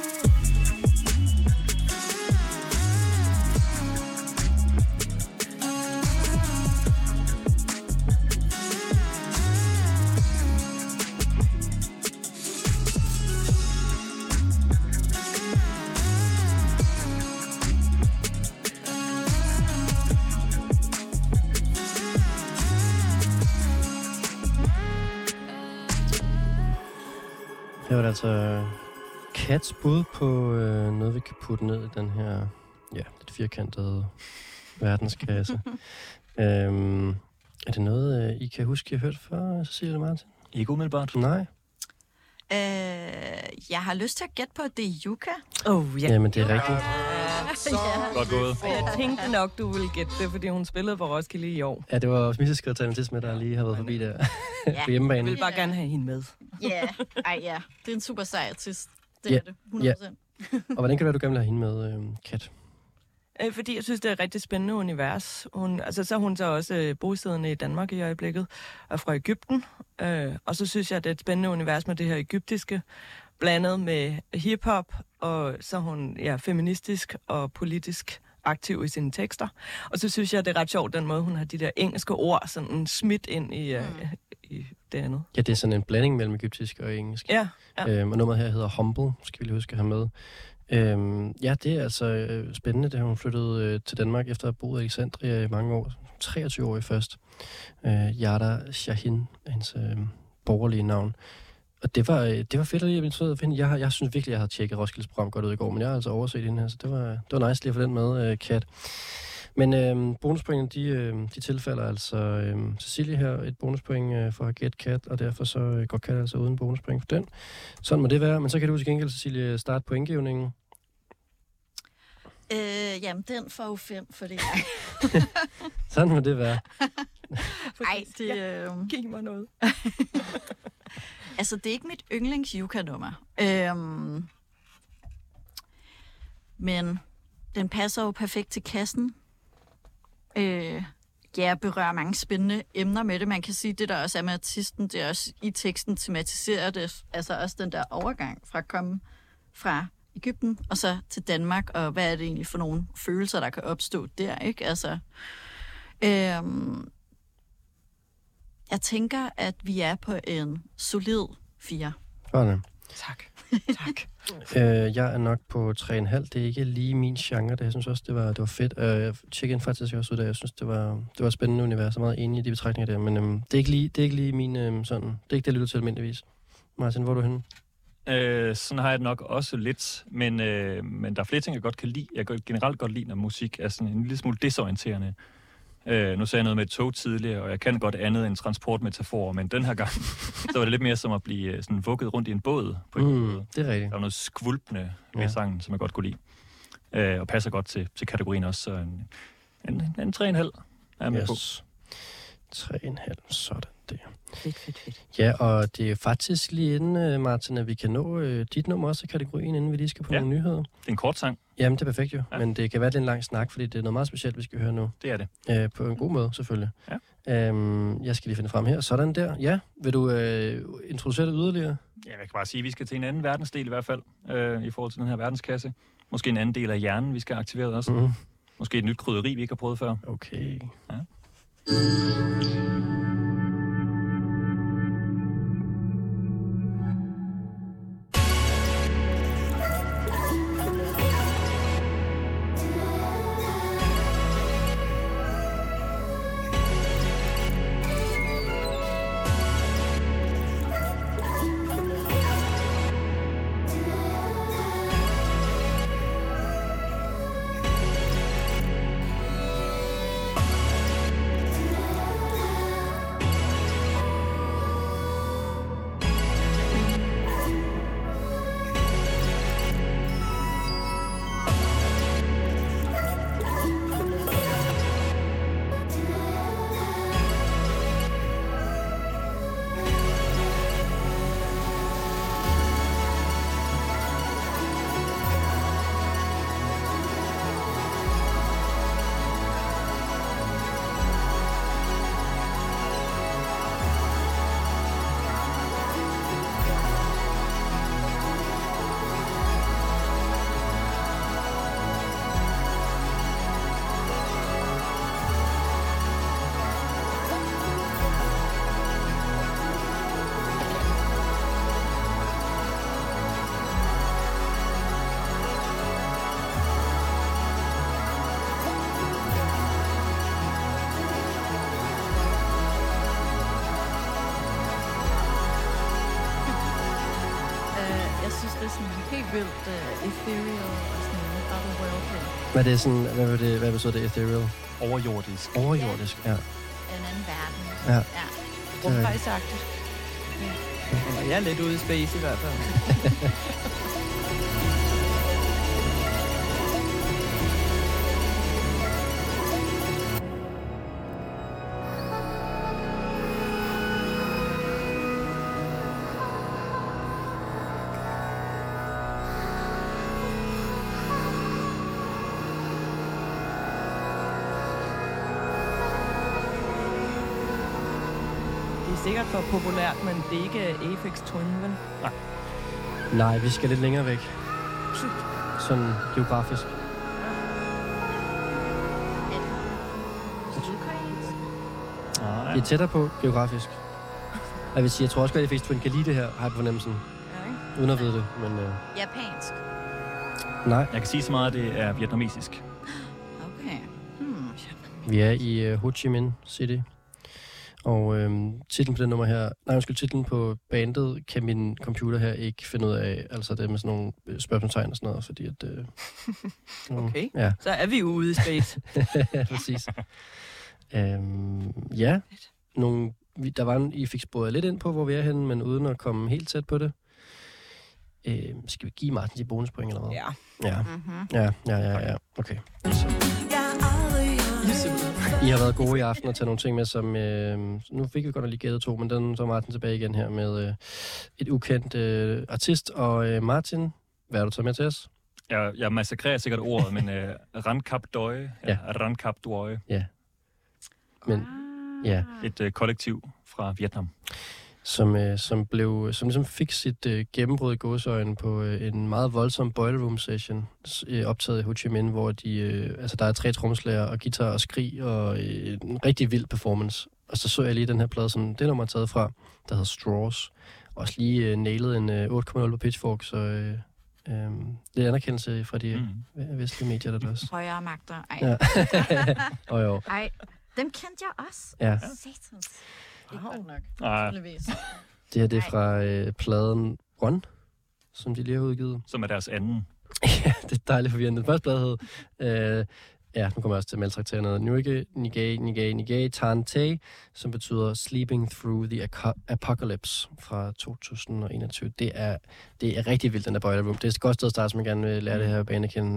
Det var altså Cats bud på øh, noget, vi kan putte ned i den her ja, lidt firkantede verdenskasse. øhm, er det noget, øh, I kan huske, I har hørt før, Cecilie Martin? Ikke umiddelbart. Nej. Øh, jeg har lyst til at gætte på, at det er Yuka. Oh, ja. Jamen, det er rigtigt. Ja. Godt gået. Jeg tænkte nok, du ville gætte det, fordi hun spillede på Roskilde i år. Ja, det var Misseskidt Talentisme, der lige har været forbi der Ja. på hjemmebane. Jeg vil bare gerne have hende med. Ja, ej ja. Det er en super sej artist. Det Ja. er det, hundrede procent. Og hvordan kan det være, du gerne vil have hende med, øh, Kat? Øh, fordi jeg synes, det er et rigtig spændende univers. Hun, altså, så er hun så også øh, bosiddende i Danmark i øjeblikket, og fra Egypten. Øh, og så synes jeg, at det er et spændende univers med det her egyptiske, blandet med hiphop, og så er hun ja, feministisk og politisk aktiv i sine tekster. Og så synes jeg, det er ret sjovt, den måde, hun har de der engelske ord sådan smidt ind i, øh, i det andet. Ja, det er sådan en blanding mellem egyptisk og engelsk. Ja, ja. Øhm, og nummeret her hedder Humble, skal vi lige huske at have med. Øhm, ja, det er altså øh, spændende, det har hun flyttet øh, til Danmark efter at have boet i Alexandria i mange år. treogtyve år først. Øh, Yada Shahin er hendes øh, borgerlige navn. Og det var, øh, det var fedt at lige at finde. Jeg, har, jeg synes virkelig, jeg havde tjekket Roskildes program godt ud i går, men jeg har altså overset den her, så det var, det var nice lige at få den med, øh, Kat. Men øh, bonuspointene, de, øh, de tilfælder altså øh, Cecilie her et bonuspoint øh, for at have gæt Kat, og derfor så øh, går Kat altså uden bonuspoint for den. Sådan må det være, men så kan du til gengæld, Cecilie, starte pointgivningen. Øh, jamen, den får jo fem, fordi... Sådan må det være. Ej, det... Øh... Giv mig noget. Altså, det er ikke mit yndlings Yuka-nummer. Øhm... Men den passer jo perfekt til kassen. Øh... Ja, berører mange spændende emner med det. Man kan sige, det der også er med artisten, det er også i teksten tematiserer det. Altså også den der overgang fra at komme fra Egypten og så til Danmark, og hvad er det egentlig for nogle følelser, der kan opstå der, ikke? Altså, øhm, jeg tænker, at vi er på en solid fire. Sådan. Tak. Tak. øh, jeg er nok på tre komma fem. Det er ikke lige min genre. Det, jeg synes også, det var, det var fedt. Øh, jeg tjekkede faktisk også ud af, jeg synes, det var, det var et spændende univers. Jeg er meget enig i de betragtninger der, men øhm, det, er ikke lige, det er ikke lige min øhm, sådan... Det er ikke det, jeg lytter til almindeligvis. Martin, hvor er du henne? Øh, sådan har jeg det nok også lidt, men, øh, men der er flere ting, jeg godt kan lide. Jeg kan generelt godt lide, når musik er sådan en lille smule desorienterende. Øh, nu sagde jeg noget med et tog tidligere, og jeg kan godt andet end transportmetaforer, men den her gang, så var det lidt mere som at blive sådan vugget rundt i en båd på en Mm, måde. det er rigtigt. Der var noget skvulpende med Ja. sangen, som jeg godt kunne lide. øh, og passer godt til, til kategorien også. Så en, en, en tre komma fem er jeg med på. Yes. tre komma fem, sådan der. Fedt, fedt, fedt. Ja, og det er faktisk lige inden, Martin, at vi kan nå øh, dit nummer også i kategorien, inden vi lige skal på Ja. nogle nyheder. Det er en kort sang. Jamen, det er perfekt jo, Ja. men det kan være lidt en lang snak, fordi det er noget meget specielt, vi skal høre nu. Det er det. Øh, på en god måde, selvfølgelig. Ja. Øhm, jeg skal lige finde frem her. Sådan der. Ja, vil du øh, introducere det yderligere? Ja, jeg kan bare sige, at vi skal til en anden verdensdel i hvert fald, øh, i forhold til den her verdenskasse. Måske en anden del af hjernen, vi skal aktivere også. Mm. Måske et nyt krydderi, vi ikke har prøvet før. Okay. Ja. helt vildt uh, ethereal og sådan otherworldly. Hvad er det sådan, hvad vil det, hvad betyder det ethereal? Overjordisk. Overjordisk, ja. En anden verden. Ja. Ja. Rumrejseagtigt. Ja. Jeg er lidt ude i space i hvert fald. Sikkert for populært, men det er ikke Aphex Twin, vel? Nej. Nej, vi skal lidt længere væk. Sådan geografisk. Nej. Vi er tættere på geografisk. Jeg vil sige, jeg tror også godt, at Aphex Twin kan lide det her, har jeg på fornemmelsen. Ja, ikke? Uden at vide det, men... Øh... Japansk. Nej, Jeg kan sige så meget, at det er vietnamesisk. Okay. Hmm. vi er i uh, Ho Chi Minh City. Og øhm, titlen på det nummer her, nej, undskyld, titlen på bandet kan min computer her ikke finde ud af, altså det med sådan nogle øh, spørgsmålstegn og sådan noget, fordi at... Øh, Okay. Ja, Så er vi jo ude i space. præcis. øhm, ja, nogle, vi, der var en, I fik sporet lidt ind på, hvor vi er henne, men uden at komme helt tæt på det. Øhm, skal vi give Martin de bonuspoint eller hvad? Ja. Ja, Mm-hmm. ja, ja, ja, ja. Okay. I har været gode i aften at tage nogle ting med, som... Øh, nu fik vi godt nok lige gættet to, men den så Martin tilbage igen her med øh, et ukendt øh, artist. Og øh, Martin, hvad har du taget med til os? Jeg, jeg massakrerer sikkert ordet, men uh, Rankap Døje. Ja. Ja. Rankap Døje. Ja. Men, ja, Et uh, kollektiv fra Vietnam. som, øh, som, blev, som ligesom fik sit øh, gennembrud i gåseøjne på øh, en meget voldsom boiler room session, øh, optaget i Ho Chi Minh, hvor de, øh, altså, der er tre trommeslager og guitar og skrig og øh, en rigtig vild performance. Og så så jeg lige den her plade, som det nummer er taget fra, der hedder Straws. Også lige øh, nailet en øh, otte komma nul på Pitchfork, så øh, øh, det er anerkendelse fra de Mm. øh, vestlige medier, der er også. Højere magter. Ej. Ja. Og jo, Ej. Dem kendte jeg også. ja. Satans. Ikke godt nok. Nej, Tydeligvis. Det her det er Nej. fra øh, pladen Run, som de lige har udgivet. som er deres anden. Ja, det er dejligt forvirrende. Den første plade hed, øh, ja, nu kommer jeg også til at maltraktere noget. Nuige, Nigay, Nigay, Nigay, Tante, som betyder Sleeping Through the Aco- Apocalypse fra to tusind og enogtyve. Det er, det er rigtig vildt, den der boiler room. Det er et godt sted at starte, som jeg gerne vil lære det her band at kende.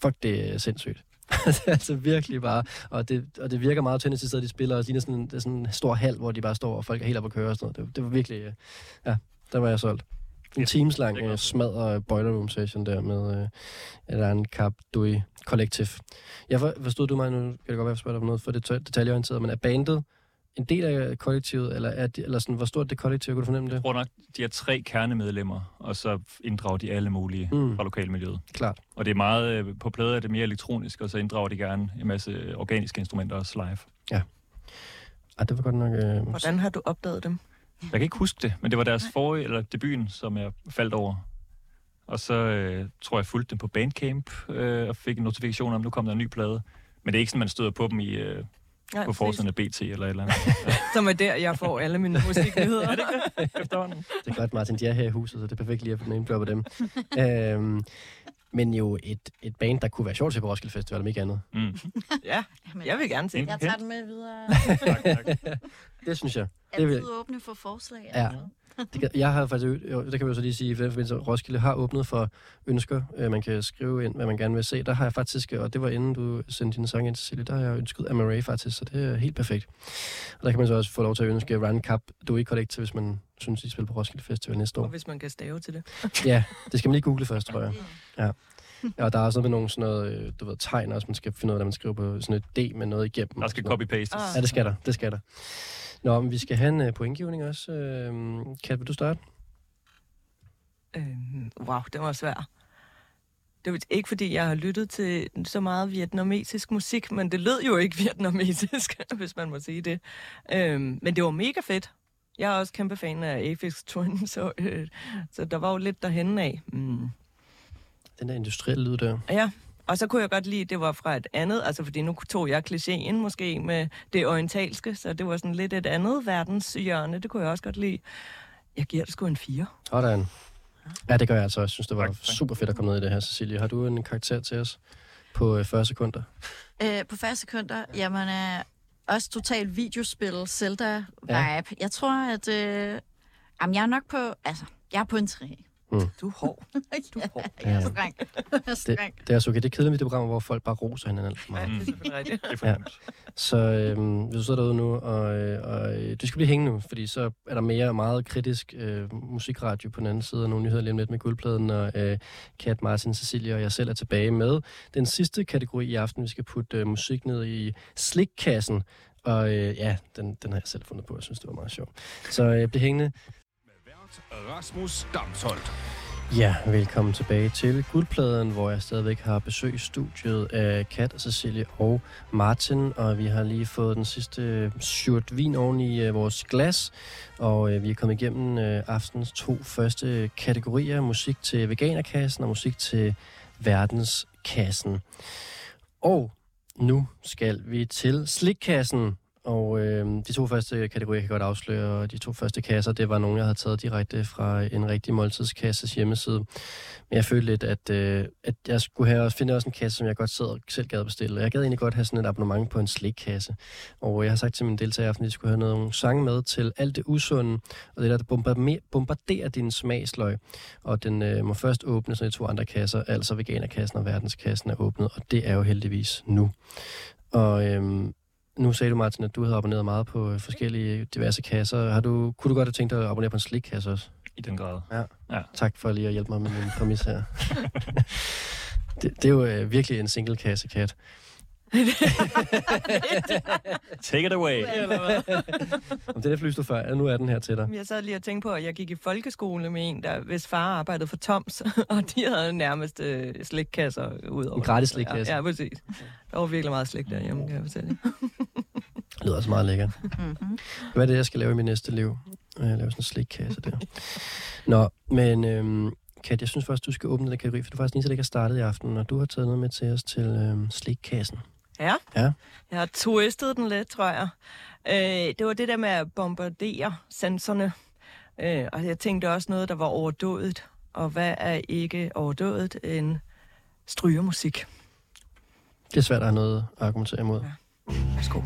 fuck, det er sindssygt. Det er altså virkelig bare, og det, og det virker meget tyndt til stedet, de spiller, og det ligner sådan, det er sådan en stor hal, hvor de bare står, og folk er helt oppe at køre og sådan noget. Det, det var virkelig, øh, ja, der var jeg solgt. En times lang øh, smadre boiler room session der med øh, eller en Cap Dui Collective. Jeg for, forstod du mig nu, kan det godt være, jeg spørger dig om noget for det detaljeorienteret, men er bandet en del af kollektivet, eller, er de, eller sådan, hvor stort det kollektiv, kunne du fornemme det? Jeg tror nok, de har tre kernemedlemmer, og så inddrager de alle mulige mm. fra lokalmiljøet. Klart. Og det er meget, på plader er det mere elektronisk, og så inddrager de gerne en masse organiske instrumenter også live. Ja. Ej, det var godt nok... Øh... Hvordan har du opdaget dem? Jeg kan ikke huske det, men det var deres forrige, eller debuten, som jeg faldt over. Og så øh, tror jeg, fulgte dem på Bandcamp, øh, og fik en notifikation om, at nu kom der en ny plade. Men det er ikke sådan, man støder på dem i... Øh, Nej, på forsiden af B T eller et eller andet. Ja. Som er der, jeg får alle mine musiknyheder. Er det ikke det? Efterhånden. Det er godt, Martin, de er her i huset, så det er perfekt lige at få den på dem. øhm, men jo et, et band, der kunne være sjovt til på Roskilde Festival, om ikke andet. Mm. Ja, jeg vil gerne se. Jeg tager den med videre. Tak, tak. Det synes jeg. Det vil... Altid åbne for forslag. Ja. Altså. Det kan, jeg har faktisk, jo, det kan vi jo så lige sige, i forbindelse Roskilde har åbnet for ønsker. Øh, man kan skrive ind, hvad man gerne vil se. Der har jeg faktisk, og det var inden du sendte dine sange ind til Silje, der har jeg ønsket Amaray faktisk, så det er helt perfekt. Og der kan man så også få lov til at ønske Run Cap Dui Collective, hvis man synes, de spiller på Roskilde Festival næste år. Og hvis man kan stave til det. Ja, det skal man lige google først, tror jeg. Ja. Ja, og der er også noget med nogle sådan noget, du ved, tegn også, man skal finde ud af, at man skriver på sådan et D med noget igennem. Der skal copy-pastes. Ja, det skal der, det skal der. Nå, men vi skal have en uh, pointgivning også. Uh, Kat, vil du starte? Øhm, wow, det var svært. Det var ikke, fordi jeg har lyttet til så meget vietnamesisk musik, men det lød jo ikke vietnamesisk, hvis man må sige det. Øhm, men det var mega fedt. Jeg er også kæmpe fan af Aphex Twin, så, øh, så der var jo lidt derhenne af. Mm. Den der industrielle lyd der. Ja, og så kunne jeg godt lide, at det var fra et andet, altså fordi nu tog jeg klichéen måske med det orientalske, så det var sådan lidt et andet verdenshjørne. Det kunne jeg også godt lide. Jeg giver det sgu en fire. Sådan. Ja, det gør jeg altså. Jeg synes, det var tak, tak. super fedt at komme ned i det her, Cecilie. Har du en karakter til os på øh, fyrre sekunder? Øh, på fyrre sekunder, jamen er også totalt videospil, Zelda-vibe. Ja. Jeg tror, at... Øh, jamen, jeg er nok på... Altså, jeg er på en tre. Mm. Du er hård. Du er hård. Jeg er streng. Jeg er Det, streng. det er altså okay. Det er kedeligt med det program, hvor folk bare roser hinanden alt for meget. Ja, det er selvfølgelig rigtigt. Det er for Ja. nemt. Så øhm, hvis du sidder derude nu, og, øh, og øh, du skal blive hængende nu, fordi så er der mere meget kritisk øh, musikradio på den anden side, og nogle nyheder lige om lidt med guldpladen, og øh, Kat, Martin, Cecilie og jeg selv er tilbage med den sidste kategori i aften. Vi skal putte øh, musik ned i slikkassen, og øh, ja, den, den har jeg selv fundet på. Jeg synes, det var meget sjovt. Så øh, bliv hængende. Rasmus Damsholdt. Ja, velkommen tilbage til Guldpladen, hvor jeg stadigvæk har besøg i studiet af Kat, Cecilie og Martin, og vi har lige fået den sidste shot vin oven i uh, vores glas, og uh, vi er kommet igennem uh, aftens to første kategorier, musik til veganerkassen og musik til verdenskassen. Og nu skal vi til slikkassen. Og øh, de to første kategorier kan jeg godt afsløre, og de to første kasser, det var nogle, jeg havde taget direkte fra en rigtig måltidskasses hjemmeside. Men jeg følte lidt, at, øh, at jeg skulle have, finde også en kasse, som jeg godt selv, selv gad bestille. Jeg gad egentlig godt have sådan et abonnement på en slikkasse. Og jeg har sagt til mine deltagere, at de skulle have nogle sange med til alt det usunde, og det der, der bombarderer, bombarderer din smagsløg. Og den øh, må først åbne sådan de to andre kasser, altså veganerkassen og verdenskassen er åbnet, og det er jo heldigvis nu. Og... Øh, Nu sagde du, Martin, at du havde abonneret meget på forskellige diverse kasser. Har du, kunne du godt have tænkt dig at abonnere på en slikkasse også? I den grad. Ja. Ja. Tak for lige at hjælpe mig med min præmis her. det, det er jo øh, virkelig en single kasse, Kat. Take it away. Om det er flyst du før, nu er den her til dig. Jeg sad lige og tænkte på, at jeg gik i folkeskole med en, der, hvis far arbejdede for Toms, og de havde nærmest øh, slikkasser ud over. En gratis slikkasse. Ja, ja, præcis. Der var virkelig meget slik derhjemme, kan jeg fortælle. Det lyder også meget lækkert. Mm-hmm. Hvad er det, jeg skal lave i mit næste liv? Jeg laver sådan en slikkasse der. Nå, men øhm, Kat, jeg synes først, du skal åbne den kategori, for du faktisk lige så ikke har startet i aften, og du har taget noget med til os til øhm, slikkassen. Ja. Ja. Jeg har twistet den lidt, tror jeg. Øh, det var det der med at bombardere sensorerne. Øh, og jeg tænkte også noget, der var overdådigt. Og hvad er ikke overdådigt end strygermusik? Det er svært at have noget at argumentere imod. Ja. Værsgo.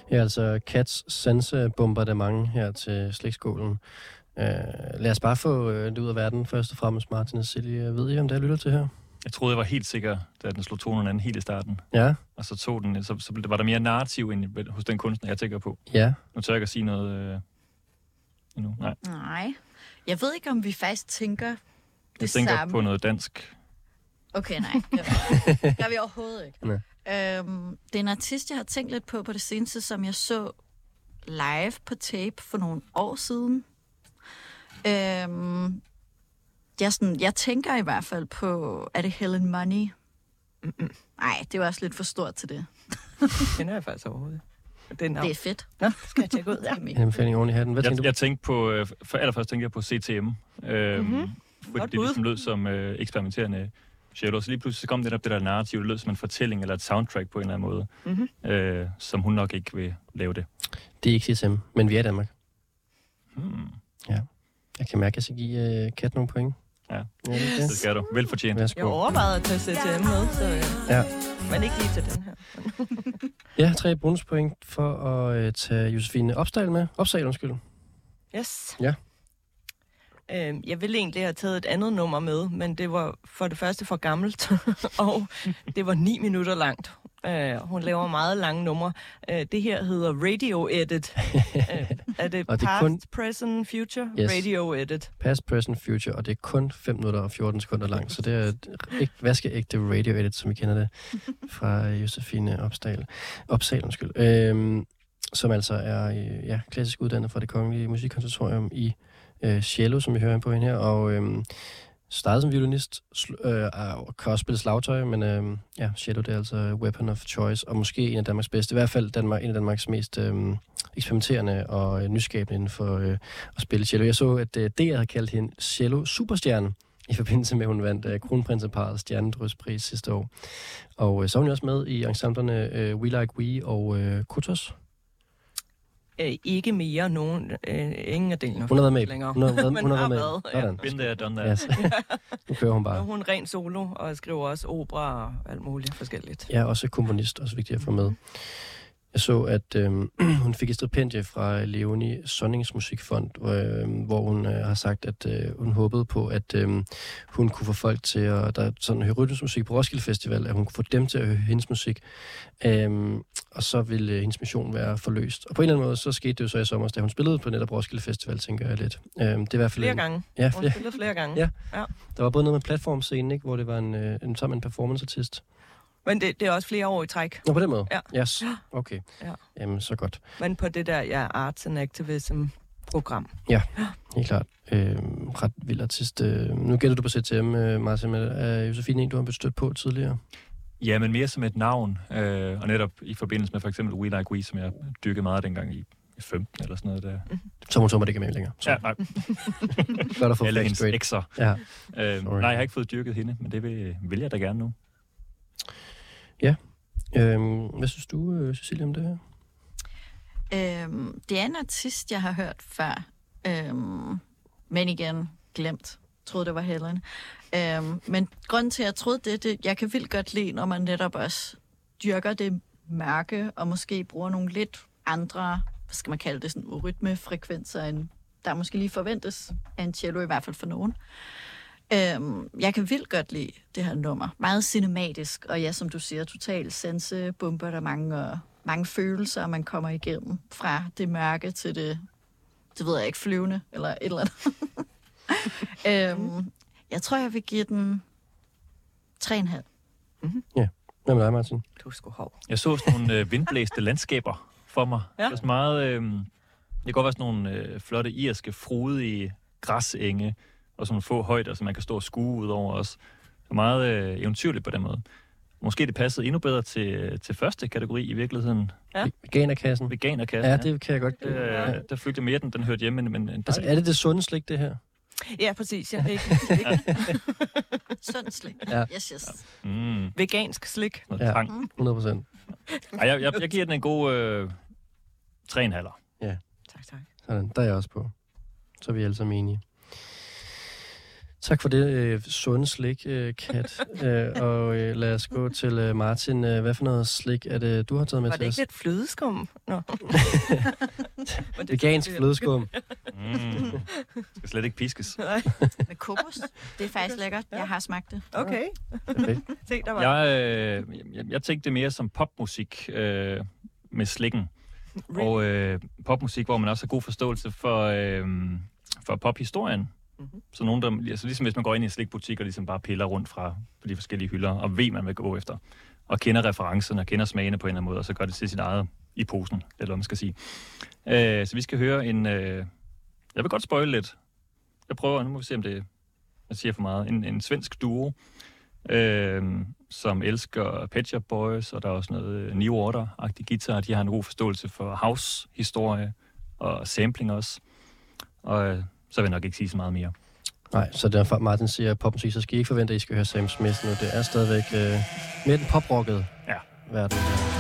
Ja, altså Cats sansebombardement her til slægtskålen. Uh, lad os bare få uh, det ud af verden først og fremmest, Martin og Silje. Ved I, om det jeg lytter til her? Jeg troede, jeg var helt sikker, da den slog tonen anden helt i starten. Ja. Og så tog den, så, så var der mere narrativ end hos den kunstner, jeg tænker på. Ja. Nu tør jeg ikke at sige noget øh, endnu. Nej. Nej. Jeg ved ikke, om vi faktisk tænker det Jeg tænker samme. på noget dansk. Okay, nej. Det gør vi overhovedet ikke. Nej. Øhm, det er en artist, jeg har tænkt lidt på på det seneste, som jeg så live på tape for nogle år siden. Øhm, jeg, sådan, jeg tænker i hvert fald på, er det Helen Money? Mm-mm. Nej, det var også lidt for stort til det. Kender jeg faktisk overhovedet. Det er, navn. Det er fedt. Nå, skal jeg tjekke ud? Ja. En anbefaling oven i hatten. Hvad Jeg, tænker du? jeg tænkte på, øh, for allerførst tænkte jeg på C T M. Øh, Mhm. fordi Godt det bud. ligesom lød som øh, eksperimenterende cello. Så lige pludselig så kom det op det der narrativ, det lød som en fortælling eller et soundtrack på en eller anden måde, Mhm. øh, som hun nok ikke vil lave det. Det er ikke C T M, men vi er i Danmark. Hmm. Jeg kan mærke, at jeg skal give uh, Kat nogle point. Ja. Ja, det, er Det det. skal du. Velfortjent. Jeg Værsgo. overvejede at tage C T M med, så, øh, Ja. men ikke lige til den her. Ja, tre bonuspoint for at uh, tage Josefine Opsdal med. Opsdal, undskyld. Yes. Ja. Øhm, jeg ville egentlig have taget et andet nummer med, men det var for det første for gammelt, og det var ni minutter langt. Uh, hun laver meget lange numre. Uh, det her hedder Radio Edit. Uh, er det Og det er past, kun- present, future? Yes. Radio Edit. Past, present, future, og det er kun fem minutter og fjorten sekunder langt, så det er et ikke vaskeægte radio edit, som vi kender det fra Josefine Opsdal. Opsal, undskyld. Øhm, som altså er øh, ja, klassisk uddannet fra Det Kongelige Musikkonservatorium i øh, cello, som vi hører på hende her, og øhm, startede som violinist, sl- øh, og kan også spille slagtøj, men øh, ja, cello det er altså weapon of choice, og måske en af Danmarks bedste, i hvert fald Danmark, en af Danmarks mest øh, eksperimenterende og øh, nyskabende inden for øh, at spille cello. Jeg så, at øh, D R havde kaldt hende cello superstjerne, i forbindelse med, at hun vandt øh, Kronprinseparrets stjernedrøspris sidste år. Og øh, så er hun også med i ensemblerne øh, We Like We og øh, Kotos. Uh, ikke mere nogen, uh, ingen af delene. Hun har været med. længere. Hun har, været, Men hun har har været været, med. ja. Sådan. Been there, done that. Yes. Nu kører hun Og bare. hun er ren solo, og skriver også opera og alt muligt forskelligt. Jeg er også komponist, også vigtigt at få med. Jeg så, at øh, hun fik et stipendie fra Leonie Sonnings Musikfond, øh, hvor hun øh, har sagt, at øh, hun håbede på, at øh, hun kunne få folk til at, der er sådan høre rytmisk på Roskilde Festival, at hun kunne få dem til at høre hendes musik. Øh, og så ville øh, hendes mission være forløst. Og på en eller anden måde, så skete det jo så i sommer, da hun spillede på netop Roskilde Festival, tænker jeg lidt. Øh, det er i hvert fald Flere en, gange. Ja, Hun flere. spillede flere gange. Ja. Ja. Der var både noget med platformscenen, ikke, hvor det var en, øh, en, sammen med en performanceartist. Men det, det er også flere år i træk. Nå, på den måde? Ja. Yes. Okay. Ja. Jamen, så godt. Men på det der, ja, Arts and Activism-program. Helt klart. Øh, ret vild artist. Øh, nu gætter du på C T M, øh, Martin, med er Josefine en, du har bestødt på tidligere? Ja, men mere som et navn, øh, og netop i forbindelse med for eksempel We Like We, som jeg dyrkede meget dengang i i femten eller sådan noget der. Så hun så mig det ikke med længere. Så Ja, nej, godt at få alle facts hendes straight. ekser. Ja. Øh, Sorry. nej, jeg har ikke fået dyrket hende, men det vil, vil jeg da gerne nu. Øhm, hvad synes du, øh, Cecilie, om det her? Øhm, det er en artist, jeg har hørt før. Øhm, men igen, glemt. Jeg troede, det var Helen. Øhm, men grunden til, at jeg troede det, det, jeg kan vildt godt lide, når man netop også dyrker det mørke, og måske bruger nogle lidt andre, hvad skal man kalde det, sådan urytmefrekvenser, end der måske lige forventes af en cello, i hvert fald for nogen. Øhm, jeg kan vildt godt lide det her nummer. Meget cinematisk, og ja, som du siger, total sansebomber, der er mange, og mange følelser, man kommer igennem fra det mørke til det, det ved jeg ikke, flyvende, eller et eller andet. øhm, jeg tror, jeg vil give den tre komma fem. Hvad med dig, Martin? Du er sgu hård. Jeg så sådan nogle øh, vindblæste landskaber for mig. Ja. Det er sådan meget... Øh, det kan godt være sådan nogle øh, flotte irske, frodige græsenge, og sådan nogle få højder, så man kan stå og skue ud over os. Det er meget øh, eventyrligt på den måde. Måske det passede endnu bedre til, til første kategori i virkeligheden. Ja. Veganerkassen? Veganerkassen. Ja, det kan jeg godt. Øh, der følte jeg mere, den, den hørte hjemme, men, men en Altså, er det det sunde slik, det her? Ja, præcis. Ja. Ikke, ikke Sundt slik. Ja. Yes, yes. Mm, vegansk slik. noget Ja. trang. hundrede procent. Ej, jeg, jeg, jeg giver den en god øh, tre komma fem. Tak, tak. Sådan, der er jeg også på. Så er vi alle sammen enige. Tak for det, øh, sunde slik, øh, Kat. øh, og øh, lad os gå til øh, Martin. Øh, hvad for noget slik er det, du har taget med Var til det os? ikke lidt flødeskum? Nå. Vegansk flødeskum. Mm. Skal slet ikke piskes. Nej. Med kokos. Det er faktisk lækkert. Jeg har smagt det. Okay. Perfekt. Se, der var. Jeg, øh, jeg, jeg tænkte det mere som popmusik øh, med slikken. Og øh, popmusik, hvor man også har god forståelse for, øh, for pophistorien. Mm-hmm. Så nogen, der, altså ligesom hvis man går ind i en slikbutik og ligesom bare piller rundt fra på de forskellige hylder, og ved, man vil gå efter, og kender referencerne og kender smagene på en eller anden måde, og så gør det til sit eget i posen, eller hvad man skal sige. Øh, så vi skal høre en... Øh, jeg vil godt spoile lidt. Jeg prøver, nu må vi se, om det jeg siger for meget. En, en svensk duo, øh, som elsker Pet Shop Boys, og der er også noget New Order-agtig guitar. De har en god forståelse for house-historie og sampling også. Og øh, så vil jeg nok ikke sige så meget mere. Nej, så derfor Martin siger popmusik, så skal I ikke forvente, at I skal høre Sam Smith nu. Det er stadigvæk øh, mere den poprockede Ja. verden.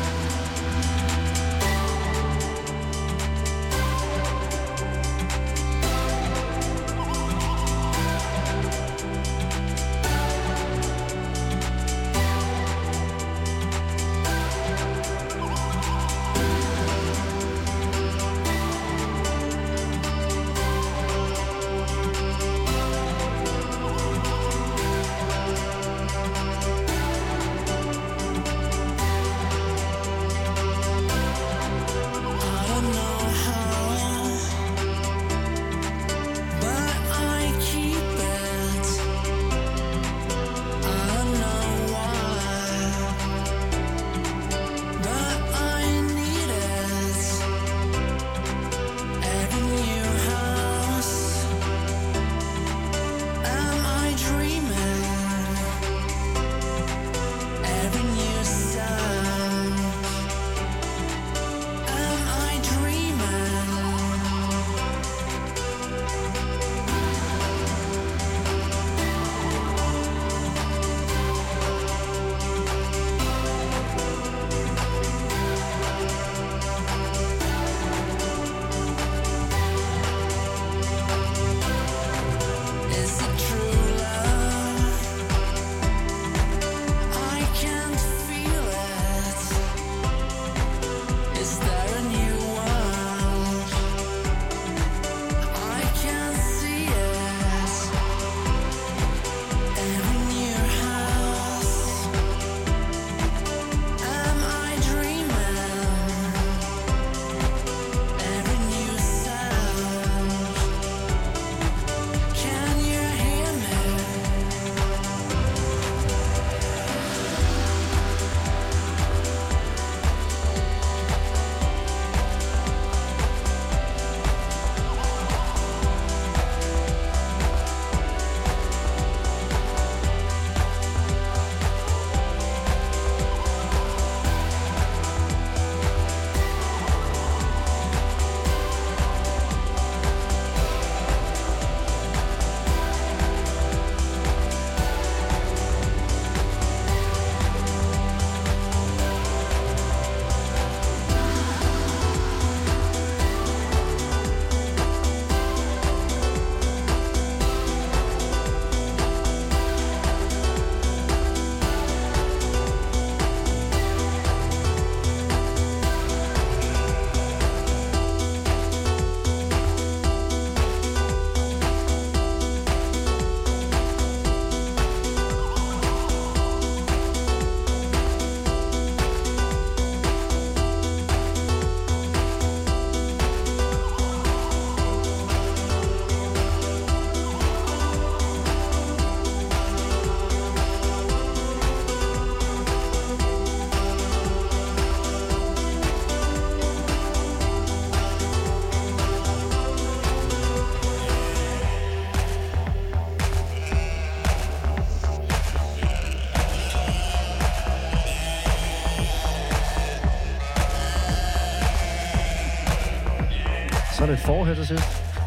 Så er det et for her til sidst.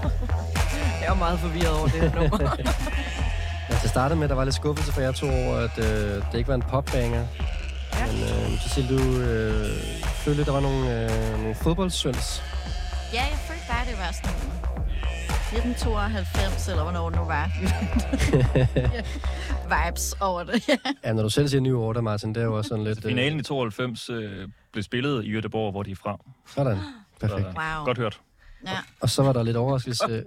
Jeg er meget forvirret over det her nummer. Ja, til startede med, at der var lidt skuffelse for jer to over, at øh, det ikke var en popbanger. Ja. Men øh, så siger du, øh, følte, der var nogle, øh, nogle fodboldsøns. Ja, jeg følte bare, det var sådan fjorten tooghalvfems, eller hvornår det nu var. Vibes over det, ja. Ja, når du selv siger New Order, Martin, det er jo også sådan lidt... Altså, finalen i tooghalvfems øh, blev spillet i Göteborg, hvor de er fra. Sådan. Perfekt. Så, Wow. Godt hørt. Ja, Og så var der lidt overraskelse. det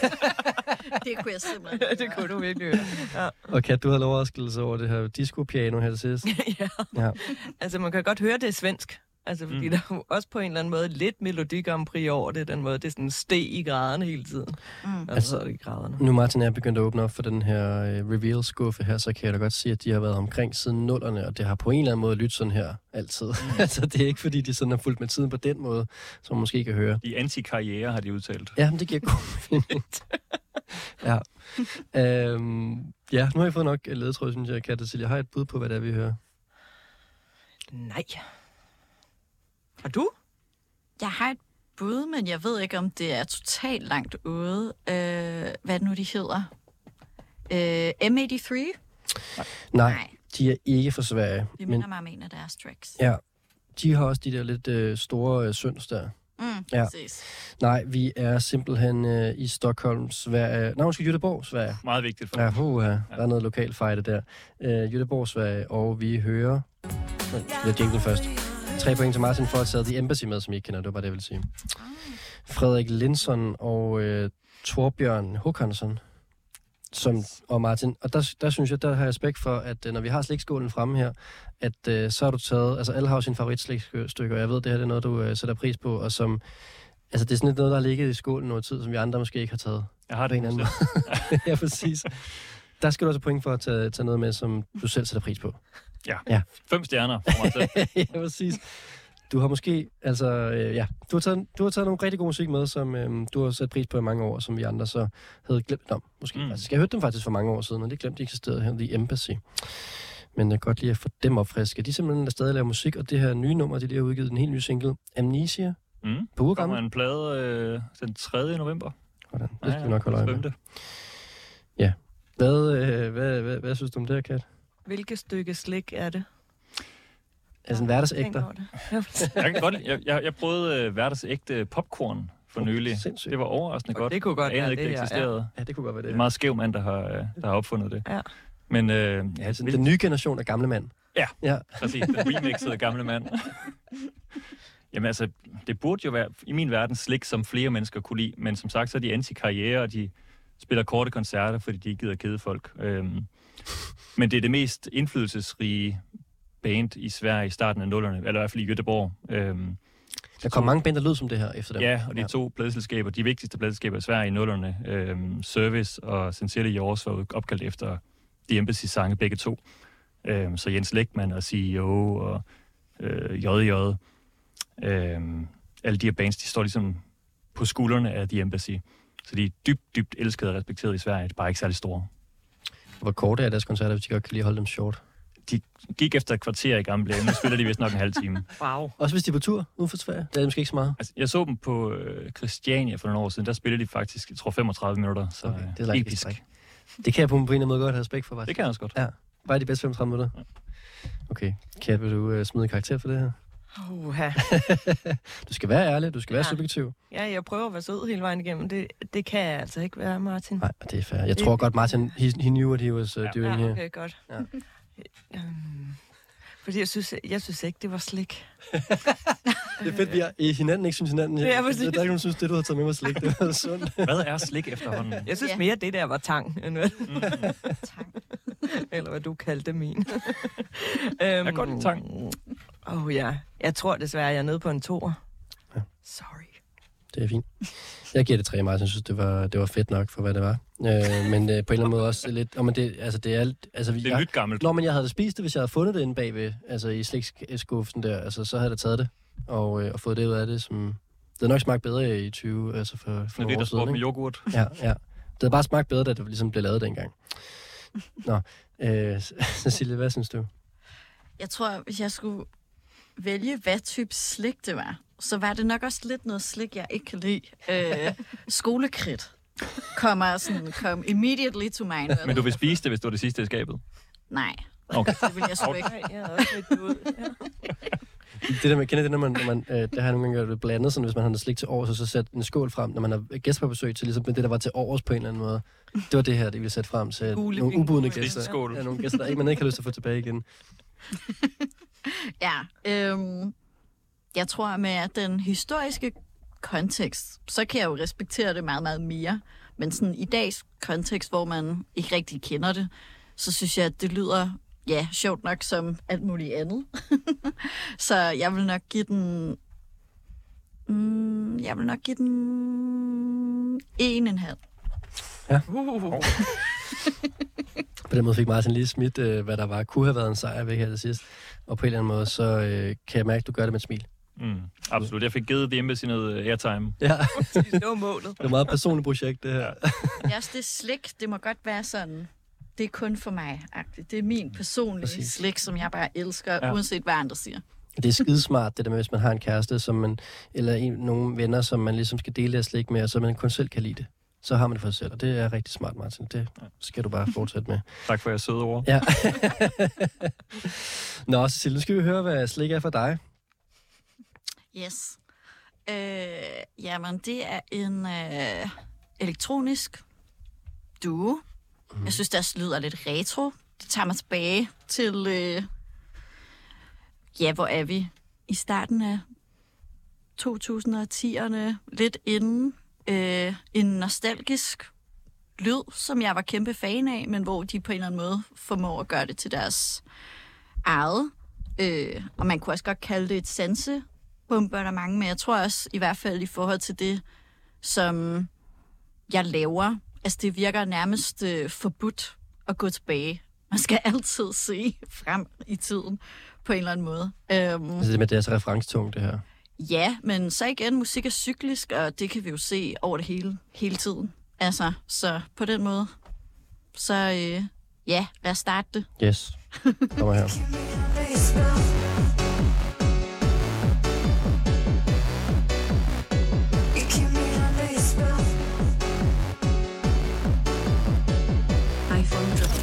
kunne jeg simpelthen. det kunne du virkelig høre. Ja. Og Kat, du havde en overraskelse over det her disco-piano her til sidst. ja. Ja. Altså, man kan godt høre, det er svensk. Altså, fordi mm. der er jo også på en eller anden måde lidt Melodi Grand Prix over det, den måde. Det er sådan steg i graderne hele tiden. Mm. Altså, så er det i graderne. Nu Martin er begyndt at åbne op for den her uh, reveal-skuffe her, så kan jeg da godt sige, at de har været omkring siden nullerne, og det har på en eller anden måde lyttet sådan her altid. Mm. altså, det er ikke fordi, de sådan har fulgt med tiden på den måde, som man måske kan høre. De anti-karriere har de udtalt. Ja, men det giver god mening. ja. Øhm, ja, nu har jeg fået nok ledetråd, synes jeg, Kat. Jeg har et bud på, hvad det er, vi hører. Nej. Og du? Jeg har et bud, men jeg ved ikke, om det er totalt langt ude. Øh, hvad er det nu, de hedder? Øh, M otteogtredive? Nej, Nej. de er ikke fra Sverige. Det minder mig om en af deres tracks. Ja, de har også de der lidt øh, store øh, synds der. Mm, Ja. præcis. Nej, vi er simpelthen øh, i Stockholm, Sverige. Nej, måske Göteborg, Sverige. Meget vigtigt for Ja, puha, der er noget lokal fejde der. Øh, Göteborg, Sverige, og vi hører... Nå, det er jinglen først. Tre point til Martin for at tage The Embassy med, som I ikke kender, det var bare det, jeg ville sige. Frederik Lindsson og øh, Torbjørn Håkansson, som, og Martin. Og der, der synes jeg, der har jeg respekt for, at øh, når vi har slikskålen fremme her, at øh, så har du taget... Altså, alle har jo sine favoritslikstykker, og jeg ved, det her det er noget, du øh, sætter pris på, og som... Altså, det er sådan lidt noget, der har ligget i skålen noget tid, som vi andre måske ikke har taget. Jeg har på det en anden måde. Ja, præcis. Der skal du også have point for at tage, tage noget med, som du selv sætter pris på. Ja. Ja. Fem stjerner for mig selv. Ja, præcis. Du har måske, altså, øh, ja, du har, taget, du har taget nogle rigtig gode musik med, som øh, du har sat pris på i mange år, som vi andre så havde glemt om. Måske mm. faktisk. Jeg hørte dem faktisk for mange år siden, og det glemte de eksisterede her, The Embassy. Men jeg kan godt lide at få dem opfriske. De er simpelthen der stadig laver musik, og det her nye nummer, de lige har udgivet, en helt ny single, Amnesia, Mm. på uge Der kommer gammel. en plade øh, den tredje november. Hvordan? Det skal vi nok holde øje med. Femte. Hvad, øh, hvad, hvad, hvad synes du om det her, Kat? Hvilket stykke slik er det? Altså en hverdagsægter. Jeg kan godt lide- jeg, jeg, jeg prøvede øh, hverdagsægte popcorn for nylig. Sindssygt. Det var overraskende godt. Det kunne godt Jeg anede være ikke, det, det ja. eksisterede. Ja, det kunne godt være Det er det. en meget skæv mand, der har, øh, der har opfundet det. Ja. Men øh, ja, Altså, vildt- den nye generation af gamle mand. Ja. Ja. Præcis, den remixede gamle mand. Jamen altså, det burde jo være i min verden slik, som flere mennesker kunne lide, men som sagt, så er de anti-karriere, og de spiller korte koncerter, fordi de ikke gider kede folk. Øhm, men det er det mest indflydelsesrige band i Sverige i starten af nullerne, eller i hvert fald i Göteborg. Øhm, Der kom mange band, der lød som det her efter dem. ja, og de to pladeselskaber, de vigtigste pladeselskaber i Sverige i nullerne, øhm, Service og Sincerely Yours, var opkaldt efter The Embassy-sange begge to. Øhm, så Jens Lekman og C E O og øh, J J, øhm, alle de her bands, de står ligesom på skuldrene af The Embassy. Så de er dybt, dybt elskede og respekteret i Sverige. Det er bare ikke særlig store. Hvor korte er deres koncerter, hvis de godt kan lige holde dem short? De gik efter et kvarter i gamle dage. Nu spiller de vist nok en halv time. Wow. Også hvis de er på tur uden for Sverige? Det er måske ikke så meget. Altså, jeg så dem på øh, Christiania for nogle år siden. Der spillede de faktisk, jeg tror, femogtredive minutter. Så Okay, okay, det er langt episk. ikke. Det kan jeg på en eller anden måde godt have respekt for, faktisk. Det kan jeg også godt. Ja, bare de bedste femogtredive minutter. Okay, Kat, vil du uh, smide en karakter for det her? Uha. Du skal være ærlig, du skal være Ja. subjektiv. Ja, jeg prøver at være sød hele vejen igennem. Det, det kan jeg altså ikke være, Martin. Nej, det er fair. Jeg Det- tror godt, Martin, he, he knew what he was uh, Ja. doing Ja, here. okay, godt. Ja. Øhm, fordi jeg synes, jeg synes ikke, det var slik. Det er fedt, vi er, i hinanden ikke synes hinanden. Ja, præcis. Der er ikke nogen, der synes, det du har taget med mig slik. Det var sundt. Hvad er slik efterhånden? Jeg synes Ja. mere, det der var tang, end hvad, Mm. Tak. eller hvad du kaldte min. øhm, Jeg kan godt lide tang. Åh oh, ja, jeg tror desværre, jeg er nede på en toer. Ja. Sorry. Det er fint. Jeg giver det tre, Martin. Jeg synes, det var, det var fedt nok for, hvad det var. Øh, men øh, på en eller anden måde også lidt... Oh, men det, altså, det er, altså, Det er jeg, nyt gammelt. Nå, men jeg havde spist det, hvis jeg havde fundet det inde bagved, altså i slikskuffen der, altså så havde jeg da taget det, og, øh, og fået det ud af det, som... Det havde nok smagt bedre i tyve, altså for, for Det er nogle det, der år står siden, med ikke? yoghurt. Ja, ja. Det havde bare smagt bedre, da det ligesom blev lavet dengang. Nå, øh, Cecilie, hvad synes du? Jeg tror, hvis jeg skulle vælge, hvad type slik det var, så var det nok også lidt noget slik, jeg ikke kan lide. Øh, skolekridt kommer sådan, kom immediately to mind. Men du vil spise det, hvis du er det sidste i skabet? Nej, Okay. det vil jeg sgu ikke. Nej, jeg havde også lidt ud. Ja. Det der med, kender det, når man, når man øh, det har jeg nogle gange gjort det blandet, sådan, hvis man har noget slik til overs, og så sætte en skål frem, når man har gæster på besøg til, ligesom det, der var til overs på en eller anden måde. Det var det her, det ville sætte frem til Gule nogle ubudne pingvin. gæster. Skål. Ja, nogle gæster, der ikke, man ikke har lyst til at få tilbage igen. Ja, øhm, jeg tror med den historiske kontekst, så kan jeg jo respektere det meget, meget mere. Men sådan i dags kontekst, hvor man ikke rigtig kender det, så synes jeg, at det lyder, ja, sjovt nok som alt muligt andet. Så jeg vil nok give den... Mm, jeg vil nok give den... En og en halv. Ja. Uh. På den måde fik Martin lige smidt, øh, hvad der var, kunne have været en sejr væk her til sidst. Og på en eller anden måde, så øh, kan jeg mærke, at du gør det med et smil. Mm, absolut. Jeg fik givet The Embassy noget airtime. Ja, Det var målet. det er et meget personligt projekt, det her. Det er også det slik, det må godt være sådan... Det er kun for mig, -agtigt. Det er min personlige Præcis. slik, som jeg bare elsker, Ja. ja. uanset hvad andre siger. Det er skidesmart, det der med, hvis man har en kæreste, som man, eller en, nogle venner, som man ligesom skal dele af slik med, og så man kun selv kan lide det. Så har man det for sig selv, og det er rigtig smart, Martin. Det skal du bare fortsætte med. Tak for jeres søde ord. Ja. Nå, Cecilie, nu skal vi høre, hvad slik er for dig. Yes. Øh, jamen, det er en øh, elektronisk duo. Mm. Jeg synes, det lyder lidt retro. Det tager mig tilbage til... Øh, ja, hvor er vi? I starten af to tusind og tierne. Lidt inden. Øh, en nostalgisk lyd, som jeg var kæmpe fan af, men hvor de på en eller anden måde formår at gøre det til deres eget. Øh, og man kunne også godt kalde det et sansebombardement, men jeg tror også, i hvert fald i forhold til det, som jeg laver, altså det virker nærmest øh, forbudt at gå tilbage. Man skal altid se frem i tiden på en eller anden måde. Øhm, Altså det med, det er så referencetungt, det her. Ja, men så igen, musik er cyklisk, og det kan vi jo se over det hele, hele tiden. Altså, så på den måde, så øh, ja, lad os starte det. Yes. Kommer her. iPhone drop.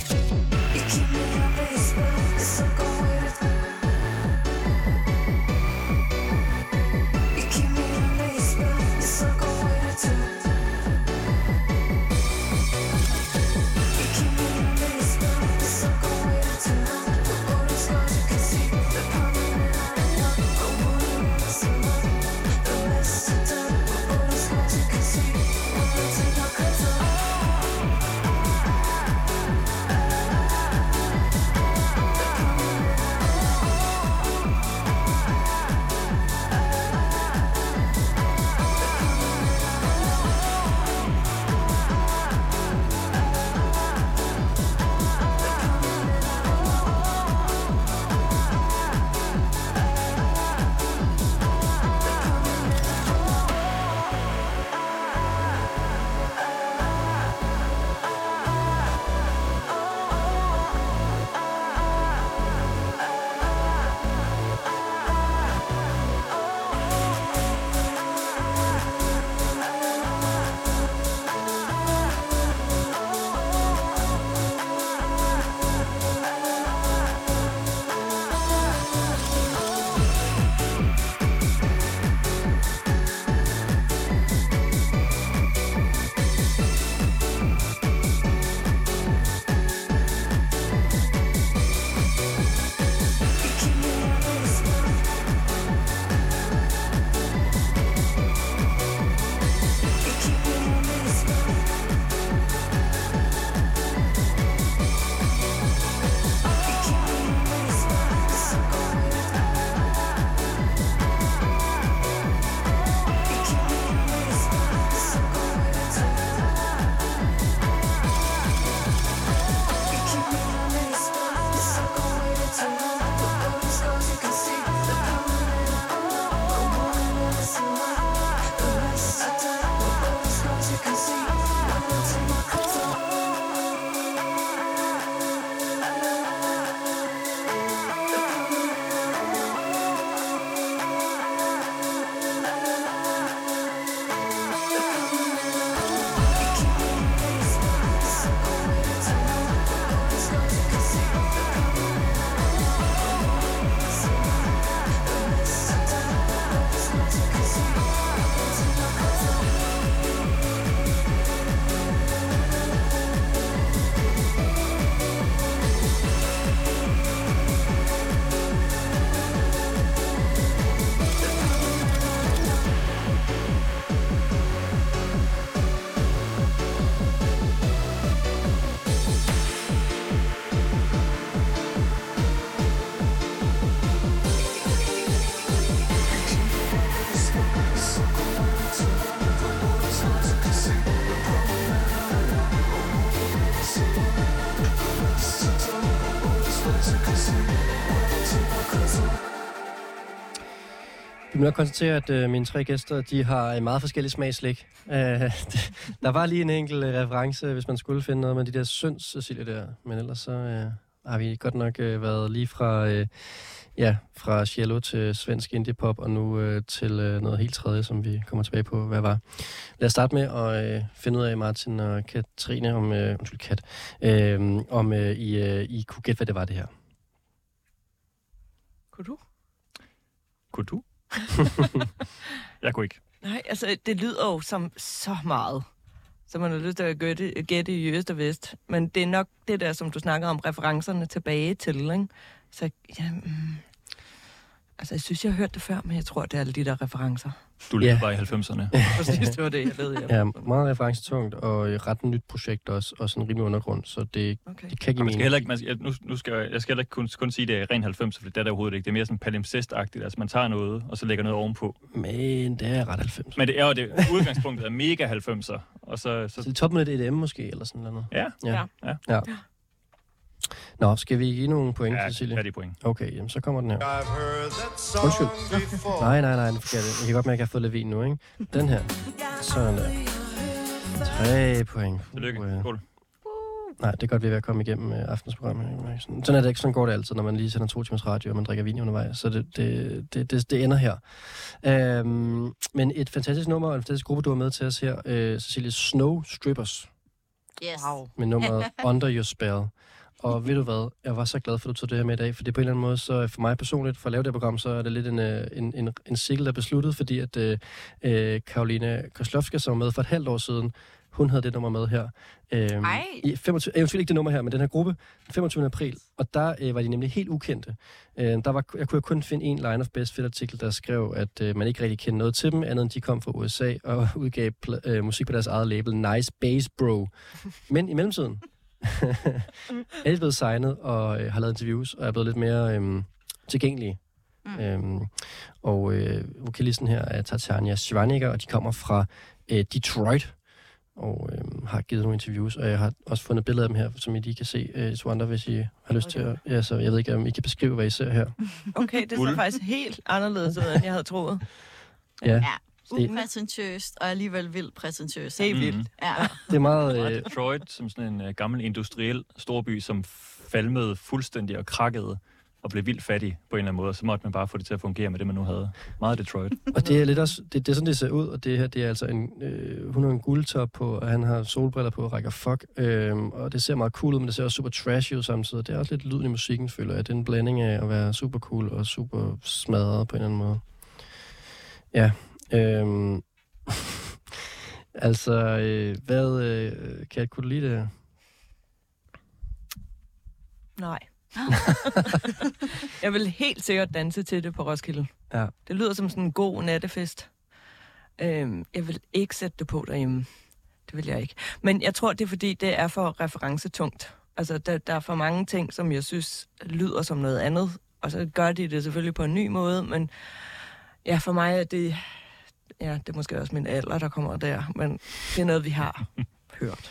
Thank you. Du må nok konstatere, at øh, mine tre gæster, de har en meget forskellig smagslæg. Øh, der var lige en enkelt øh, reference, hvis man skulle finde noget med de der Søns, Cecilie, der. Men ellers så øh, har vi godt nok øh, været lige fra, øh, ja, fra cello til svensk indie-pop, og nu øh, til øh, noget helt tredje, som vi kommer tilbage på, hvad var. Lad os starte med at øh, finde ud af, Martin og Katrine, om, øh, undskyld, Kat, øh, om øh, I, øh, I kunne gætte, hvad det var, det her. Kunne du? Kunne du? Jeg kunne ikke. Nej, altså, det lyder jo som så meget, så man har lyst til at gætte, gætte i øst og vest. Men det er nok det der, som du snakker om, referencerne tilbage til, ikke? Så, ja, mm, altså, jeg synes, jeg har hørt det før, men jeg tror, det er alle de der referencer. Du levede Ja. bare i halvfemserne. Præcis, det var det, jeg ved. Jeg Ja, meget referencetungt, og et ret nyt projekt også, og sådan rimelig undergrund, så det, Okay. det kan give Man skal mening. heller ikke, man skal, nu, nu skal jeg, jeg skal heller ikke kun, kun sige, at det er ren halvfemser, for det er der overhovedet ikke. Det er mere sådan palimpsest-agtigt. Altså, man tager noget, og så lægger noget ovenpå. Men det er ret halvfems. Men det er jo det udgangspunktet er mega halvfemser. Og så, så Så det er toppen af et E D M måske, eller sådan noget. ja, Ja. Ja. ja. Nå, skal vi give nogle point, ja, Cecilie? ja, det er point. Okay, jamen så kommer den her. I've heard that song Undskyld. before. Nej, nej, nej, det er forkert. Jeg kan godt mærke, at jeg har fået lidt vin nu, ikke? Den her. Sådan der. Tre point. Tillykke. Uh, Skål. Nej, det er godt, vi er ved at komme igennem uh, aftens program. Sådan, sådan er det ikke. Sådan går det altid, når man lige sender to timers radio, og man drikker vin undervejs. Så det, det, det, det, det ender her. Um, men et fantastisk nummer, og en fantastisk gruppe, du har med til os her. Uh, Cecilie, Snow Strippers. Yes. Wow. Med nummeret Under Your Spell. Og ved du hvad, jeg var så glad for, at du tog det her med i dag, for det er på en eller anden måde, så for mig personligt, for at lave det her program, så er det lidt en, en, en, en cykel, der er besluttet, fordi at øh, Karolina Kozlovska, som var med for et halvt år siden, hun havde det nummer med her. Øh, Ej. I femogtyve, eventuelt ikke det nummer her, men den her gruppe, den femogtyvende april, og der øh, var de nemlig helt ukendte. Øh, der var, jeg kunne kun finde en line of best fit artikel, der skrev, at øh, man ikke rigtig kendte noget til dem, andet end de kom fra U S A og udgav pl- øh, musik på deres eget label, Nice Bass Bro. Men i mellemtiden er de blevet signet og øh, har lavet interviews og er blevet lidt mere øh, tilgængelige. Mm. Øhm, og øh, vokalisten her er Tatjana Schwaniger, og de kommer fra øh, Detroit og øh, har givet nogle interviews, og jeg har også fundet billeder af dem her, som I lige kan se. Øh, jeg tror andre, hvis I har lyst til at... Ja, så jeg ved ikke, om I kan beskrive, hvad I ser her. Okay, det ser faktisk helt anderledes ud, end jeg havde troet. Ja, Ja. Det- Upræsentøst, og alligevel vildt præsentøst. Helt vildt. Mhm. Ja. det er meget... Og Øh, Detroit som sådan en uh, gammel industriel storby, som falmede fuldstændig og krakkede og blev vildt fattig på en eller anden måde. Så måtte man bare få det til at fungere med det, man nu havde. Meget Detroit. Og det er lidt også, det, det er sådan, det ser ud, og det her, det er altså en, øh, hun har en guldtop på, og han har solbriller på og rækker fuck, øh, og det ser meget cool ud, men det ser også super trashy ud samtidig. Det er også lidt lyden i musikken, føler jeg. Det er en blanding af at være super cool og super smadret på en eller anden måde. Ja, øh, altså, øh, hvad, øh, Kat, kunne du lide det her? Nej. Jeg vil helt sikkert danse til det på Roskilde. Ja. Det lyder som sådan en god nattefest. Øhm, jeg vil ikke sætte det på derhjemme. Det vil jeg ikke. Men jeg tror, det er fordi, det er for referencetungt. Altså, der, der er for mange ting, som jeg synes lyder som noget andet. Og så gør de det selvfølgelig på en ny måde. Men ja, for mig er det... Ja, det er måske også min alder, der kommer der. Men det er noget, vi har hørt.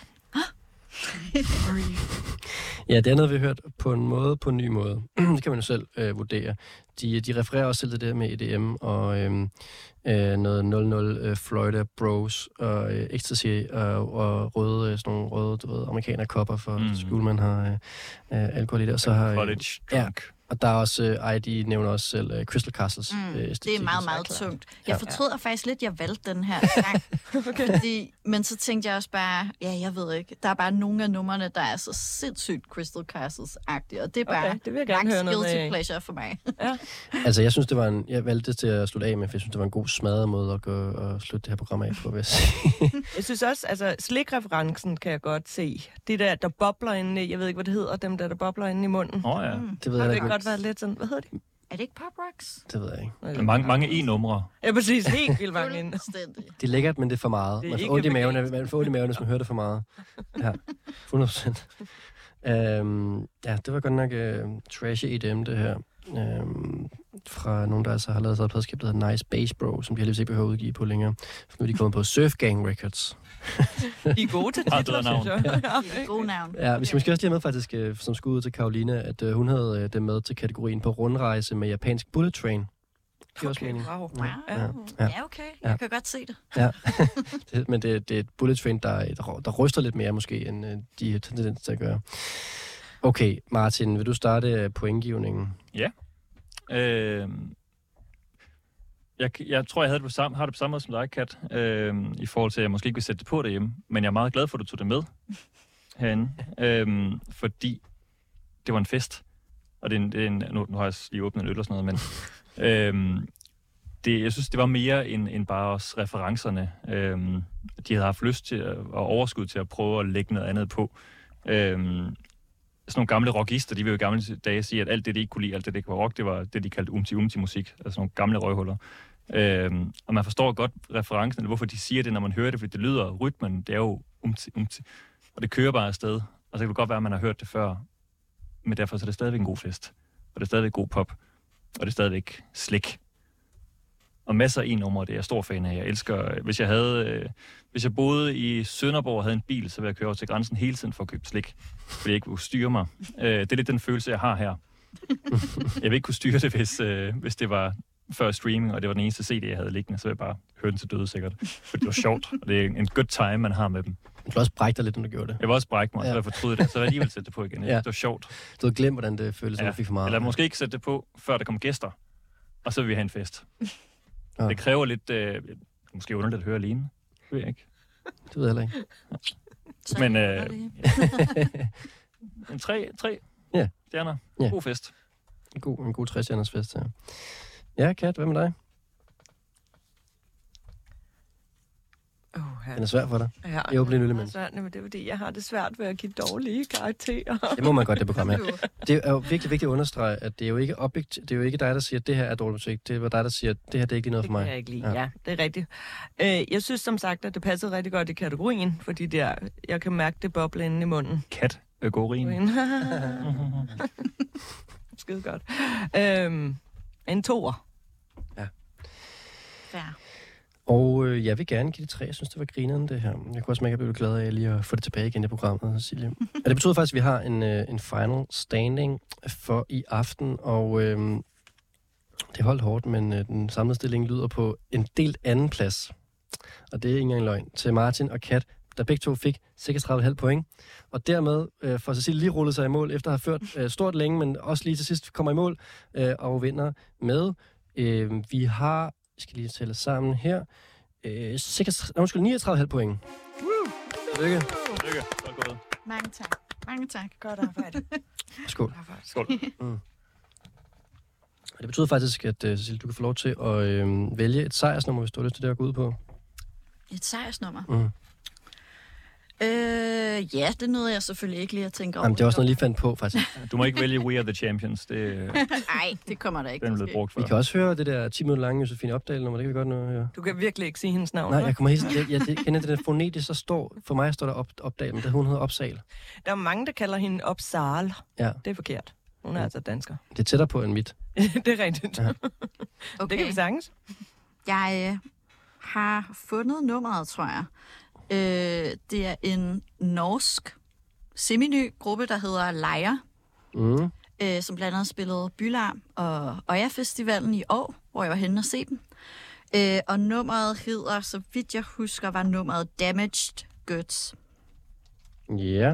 Ja, det er noget, vi har hørt på en måde, på en ny måde. Det kan man jo selv øh, vurdere. De, de refererer også til det der med E D M og øh, øh, noget nul nul øh, Florida Bros og øh, ecstasy og, og røde, øh, sådan nogle røde, du ved, amerikanerkopper for Mm. mm. skole, man har øh, øh, alkohol i det. Og så har, øh, College ja. drunk. og der er også, øh, ej, de nævner også selv øh, Crystal Castles. Mm, øh, det er æstetik. meget, meget klart. tungt. Ja. Jeg fortryder faktisk lidt, at jeg valgte den her sang. Okay. Fordi, men så tænkte jeg også bare, ja, jeg ved ikke, der er bare nogle af numrene, der er så sindssygt Crystal Castles-agtige, og det er bare Okay, det vil jeg gerne max høre noget guilty af. pleasure for mig. Ja. Altså, jeg synes, det var en... Jeg valgte det til at slutte af med, for jeg synes, det var en god smadret måde at gå og slutte det her program af på, vil jeg sige. Jeg synes også, altså slik-referencen kan jeg godt se. Det der, der bobler inde i, jeg ved ikke, hvad det hedder, dem der, der bobler inde i munden. Åh oh, ja. Mm. Det ved Har jeg det ikke. ikke godt været lidt sådan, hvad hedder det? Er det ikke Pop Rocks? Det ved jeg ikke. Men mange, mange e-numre. Ja, præcis. Helt vildt mange inde. Fuldstændig. Det er lækkert, men det er for meget. Det er Man får ikke ondt i maven, vegansk. man får ondt i maven, hvis man hører det for meget. Ja, hundrede procent. Øhm, ja, det var godt nok uh, trashy E D M, det her. Øhm, fra nogen, der altså har lavet sig et pladskab, der hedder Nice Bass Bro, som de heldigvis ikke behøver at udgive på længere. For nu er de kommet på Surf Gang Records. De er gode til Har titler, bedre synes jeg. Ja. God navn. Ja, vi skal måske også lige have med faktisk, uh, som skud ud til Karolina, at uh, hun havde uh, det med til kategorien på rundrejse med japansk Bullet Train. Det er også Okay, mening. wow. Wow. Ja, Ja, ja. ja okay. Jeg Ja. kan godt se det. Ja, det, men det, det er et bullet train, der, der, der ryster lidt mere måske, end øh, de har tendens til at gøre. Okay, Martin, vil du starte øh, pointgivningen? Øh, jeg, jeg tror, jeg havde det på samme, har det på samme måde som dig, Kat, øh, i forhold til, at jeg måske ikke vil sætte det på derhjemme. Men jeg er meget glad for, at du tog det med herinde, øh, fordi det var en fest. Og det er en, det er en, nu, nu har jeg lige åbnet en øl og sådan noget, men øh, det, jeg synes, det var mere end, end bare også referencerne. Øh, de havde haft lyst til at, og overskud til at prøve at lægge noget andet på. Øh, sådan nogle gamle rockister, de vil jo i gamle dage sige, at alt det, de ikke kunne lide, alt det, det ikke var rock, det var det, de kaldte umti-umti-musik. Altså nogle gamle røghuller. Øhm, og man forstår godt referencen, eller hvorfor de siger det, når man hører det, fordi det lyder, rytmen, det er jo umti-umti. Og det kører bare afsted. Og så kan det godt være, at man har hørt det før. Men derfor så er det stadigvæk en god fest. Og det er stadigvæk god pop. Og det er stadigvæk slik. Og masser af e-numre, det er jeg stor fan af. Jeg elsker, hvis jeg havde, øh, hvis jeg boede i Sønderborg og havde en bil, så ville jeg køre over til grænsen hele tiden for at købe slik. Fordi jeg ikke kunne styre mig. Øh, det er lidt den følelse, jeg har her. Jeg vil ikke kunne styre det, hvis, øh, hvis det var før streaming, og det var den eneste C D, jeg havde liggende, så ville jeg bare høre den til døde sikkert. For det var sjovt, og det er en good time, man har med dem. Du kan også brække dig lidt, når du gjorde det. Jeg var også brække mig, ja. Så jeg fortryde det, så jeg alligevel sætte det på igen. Ja. Det var sjovt. Du havde glemt, hvordan det føltes, ja. Når du fik for meget. Eller måske ikke sætte det på, før der kom gæster, og så vil vi have en fest. Ja. Det kræver lidt, øh, måske underligt at høre alene. Det ved jeg ikke. Det ved jeg heller ikke. Så Men, jeg øh, gør det. En tre, tre Ja. stjerner. Ja. God fest. En god, en god tres-stjerners fest, ja. Ja, Kat, hvad med dig? Oh, ja. Den er svær for dig. Ja, Jeg åbner en øl det er imens. svært, men det er fordi, jeg har det svært ved at give dårlige karakterer. Det må man godt, det program her. Det er jo virkelig vigtigt at understrege, at det er jo ikke, objekt, det er jo ikke dig, der siger, at det her er dårlig musik. Det er dig, der siger, at det her det er ikke lige noget Det for mig. kan jeg ikke lide, Ja. ja. ja, det er rigtigt. Øh, jeg synes som sagt, at det passede rigtig godt i kategorien, fordi det er, jeg kan mærke det boble inde i munden. Kat. Økorin. Skide godt. Øhm, en toer. Fair. Og øh, jeg vil gerne give det tre. Jeg synes, det var grineren, det her. Jeg kunne også mærke, at jeg blev glad af lige at få det tilbage igen i programmet, Cecilie. Og det betyder faktisk, at vi har en, øh, en final standing for i aften, og øh, det holdt hårdt, men øh, den samlede stilling lyder på en delt anden plads. Og det er ikke engang løgn. Til Martin og Kat, der begge to fik seksogtredive komma fem point. Og dermed øh, får Cecilie lige rullet sig i mål, efter at have ført øh, stort længe, men også lige til sidst kommer i mål øh, og vinder med. Øh, vi har, jeg skal lige tælle sammen her, øh, seksogtredive, undskyld, niogtredive komma fem point. Lykke. Lykke. Godt gået. Mange tak. Mange tak. Godt arbejde. Skål. Skål. Og det betyder faktisk, at uh, Cecilie, du kan få lov til at øh, vælge et sejrsnummer, hvis du har lyst til det at gå ud på. Et sejrsnummer. Mm. Øh, ja, det nåede jeg selvfølgelig ikke lige at tænke over. Jamen, det er også noget, jeg lige fandt på, faktisk. Du må ikke vælge We Are The Champions. Det, Nej, det kommer der ikke. den er til blevet at brugt Vi før. kan også høre det der ti minutter lange Josefine Opdal-nummer, det kan vi godt nå høre. Du kan virkelig ikke sige hendes navn. Nej, hva'? jeg kommer helt jeg, jeg, jeg kender det der fonetisk, så står, for mig står der op, Opdal, men det, hun hedder Opsal. Der er mange, der kalder hende Opsal. Ja, Det er forkert. Hun er altså dansker. det er tættere på end mit. Det er rigtigt. Ja. Okay. Okay. Det kan vi sagtens. Jeg øh, har fundet nummeret, tror jeg. Øh, det er en norsk semi-ny gruppe, der hedder Leia, Mm. øh, som blandt andet spillede Bylarm og Øya Festivalen i år, hvor jeg var henne og se dem. Øh, og nummeret hedder, så vidt jeg husker, var nummeret Damaged Goods. Ja.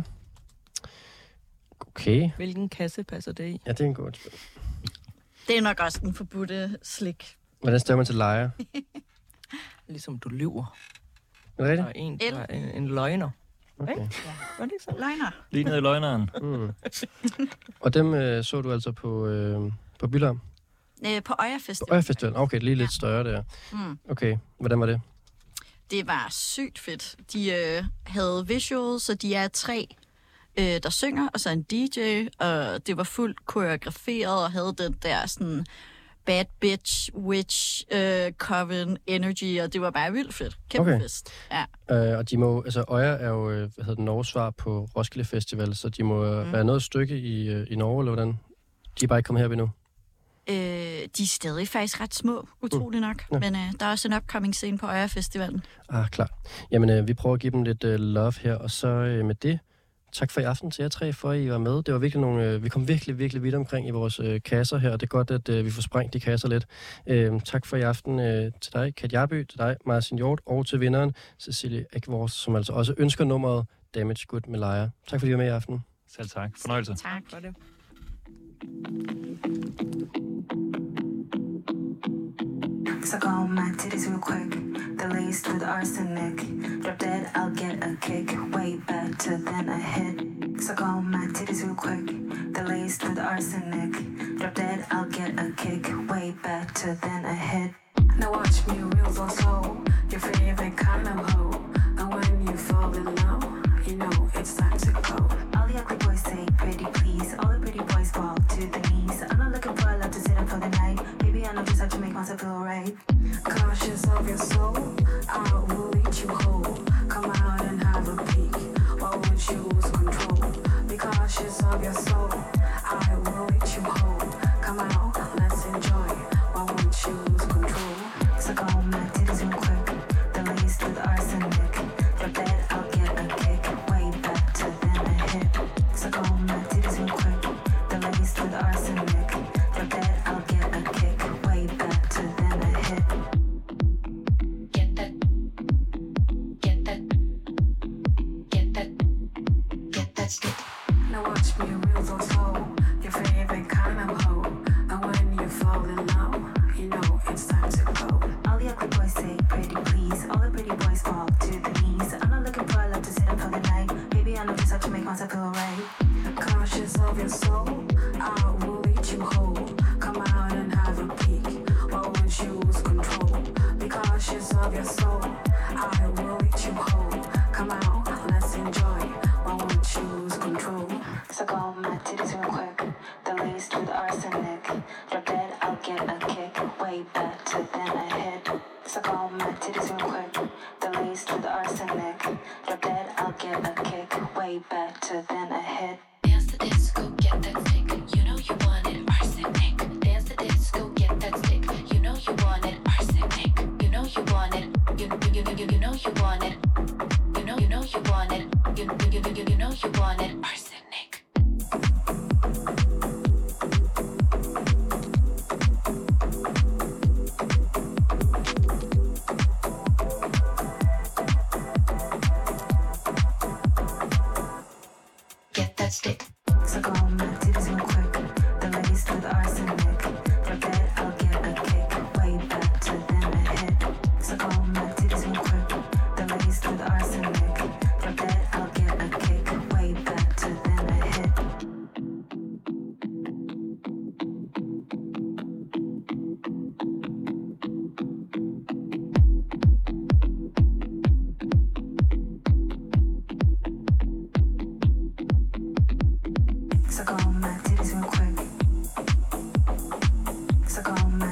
Okay. Hvilken kasse passer det i? Ja, det er en god spil. Det er nok også den forbudte slik. Hvordan stemmer man til lejer? Ligesom du lyver. Er det Der rigtigt? er en, El. der er en, en løgner. Okay. Ikke? Var det ikke sådan? Løgner. Lige ned i løgneren. Mm. Og dem øh, så du altså på, øh, på Bylarm? Øh, på Øya På Festivalen. Øya Festival. Okay, lige lidt større der. Mm. Okay, hvordan var det? Det var sygt fedt. De øh, havde visuals, så de er tre, øh, der synger, og så en D J, og det var fuldt koreograferet og havde den der sådan bad bitch, witch, øh, coven energy, og det var bare vildt fedt. Kæmpe Okay. fest. Ja. Øh, og de må, altså Øya er jo, øh, hvad hedder det, Norges svar på Roskilde Festival, så de må mm. være noget stykke i, øh, i Norge, eller hvordan? De er bare ikke kommet herop endnu. Øh, de er stadig faktisk ret små, utrolig nok, Ja. men øh, der er også en upcoming scene på Øya Festivalen. Ah, klar. Jamen, øh, vi prøver at give dem lidt øh, love her, og så øh, med det Tak for i aften til jer tre, for at I var med. Det var virkelig nogle, øh, vi kom virkelig, virkelig vidt omkring i vores øh, kasser her, og det er godt, at øh, vi får sprængt de kasser lidt. Øh, tak for i aften øh, til dig, Kat Jarby, til dig, Martin Hjort, og til vinderen, Cecilie Ekvors, som altså også ønsker nummeret Damage Good med Leia. Tak fordi I var med i aften. Selv tak. Fornøjelse. Tak for det. Suck on my titties real quick. They're laced with arsenic. Drop dead, I'll get a kick. Way better than a hit. Suck on my titties real quick. They're laced with arsenic. Drop dead, I'll get a kick. Way better than a hit. Now watch me real so slow. Your favorite kind of hoe. And when you fall in love, you know it's time to go. All the ugly boys say pretty please. All the pretty boys fall to the knees. I'm not looking for a love to sit up for the night. Baby, I know just how to make myself feel right. Cautious of your soul, I will lead you whole. Come out and have a peek. Why would you lose control? Be cautious of your soul, I will lead you whole. Come out, let's enjoy. Why won't you lose control? Suck on my titties real quick. They're laced with arsenic. Drop dead, I'll get a kick. Way better than a hit. Suck on my titties real quick. They're laced with arsenic. Drop dead, I'll get a kick. Way better than a hit. Get that. Get that. Get that. Get that stick. Now watch me real so slow. Your favorite kind of hoe. And when you fall in love, you know it's time to go. All the ugly boys say pretty please. All the pretty boys fall to the knees. I'm not looking for a love to sit up for the night. Baby, I know just how to make myself feel right. Cautious of your soul, I will lead you whole. Come out and have a peek. Why won't you lose control? Be cautious of your soul, I will lead you whole. Come out, let's enjoy. Why won't you lose control? Suck on my titties real quick. They're laced with arsenic. Drop dead, I'll get a kick. Way better than a hit. Suck on my titties real quick. They're laced with arsenic. Drop dead, I'll get a kick. Way better than a hit. Dance the disco, get that stick. You know you want it, arsenic. Dance the disco, get that stick. You know you want it, arsenic. You know you want it. You you you you, you know you want it. You know you know you want it. You you you you, you know you want it, arsenic. Get that stick. Suck on my titties real quick. They're laced with arsenic. Drop dead, I'll get a kick. Way better than a hit. Suck on my titties real quick. They're laced with arsenic. Drop dead, I'll get a kick. Way better than a hit. Suck on my titties real quick. Suck on my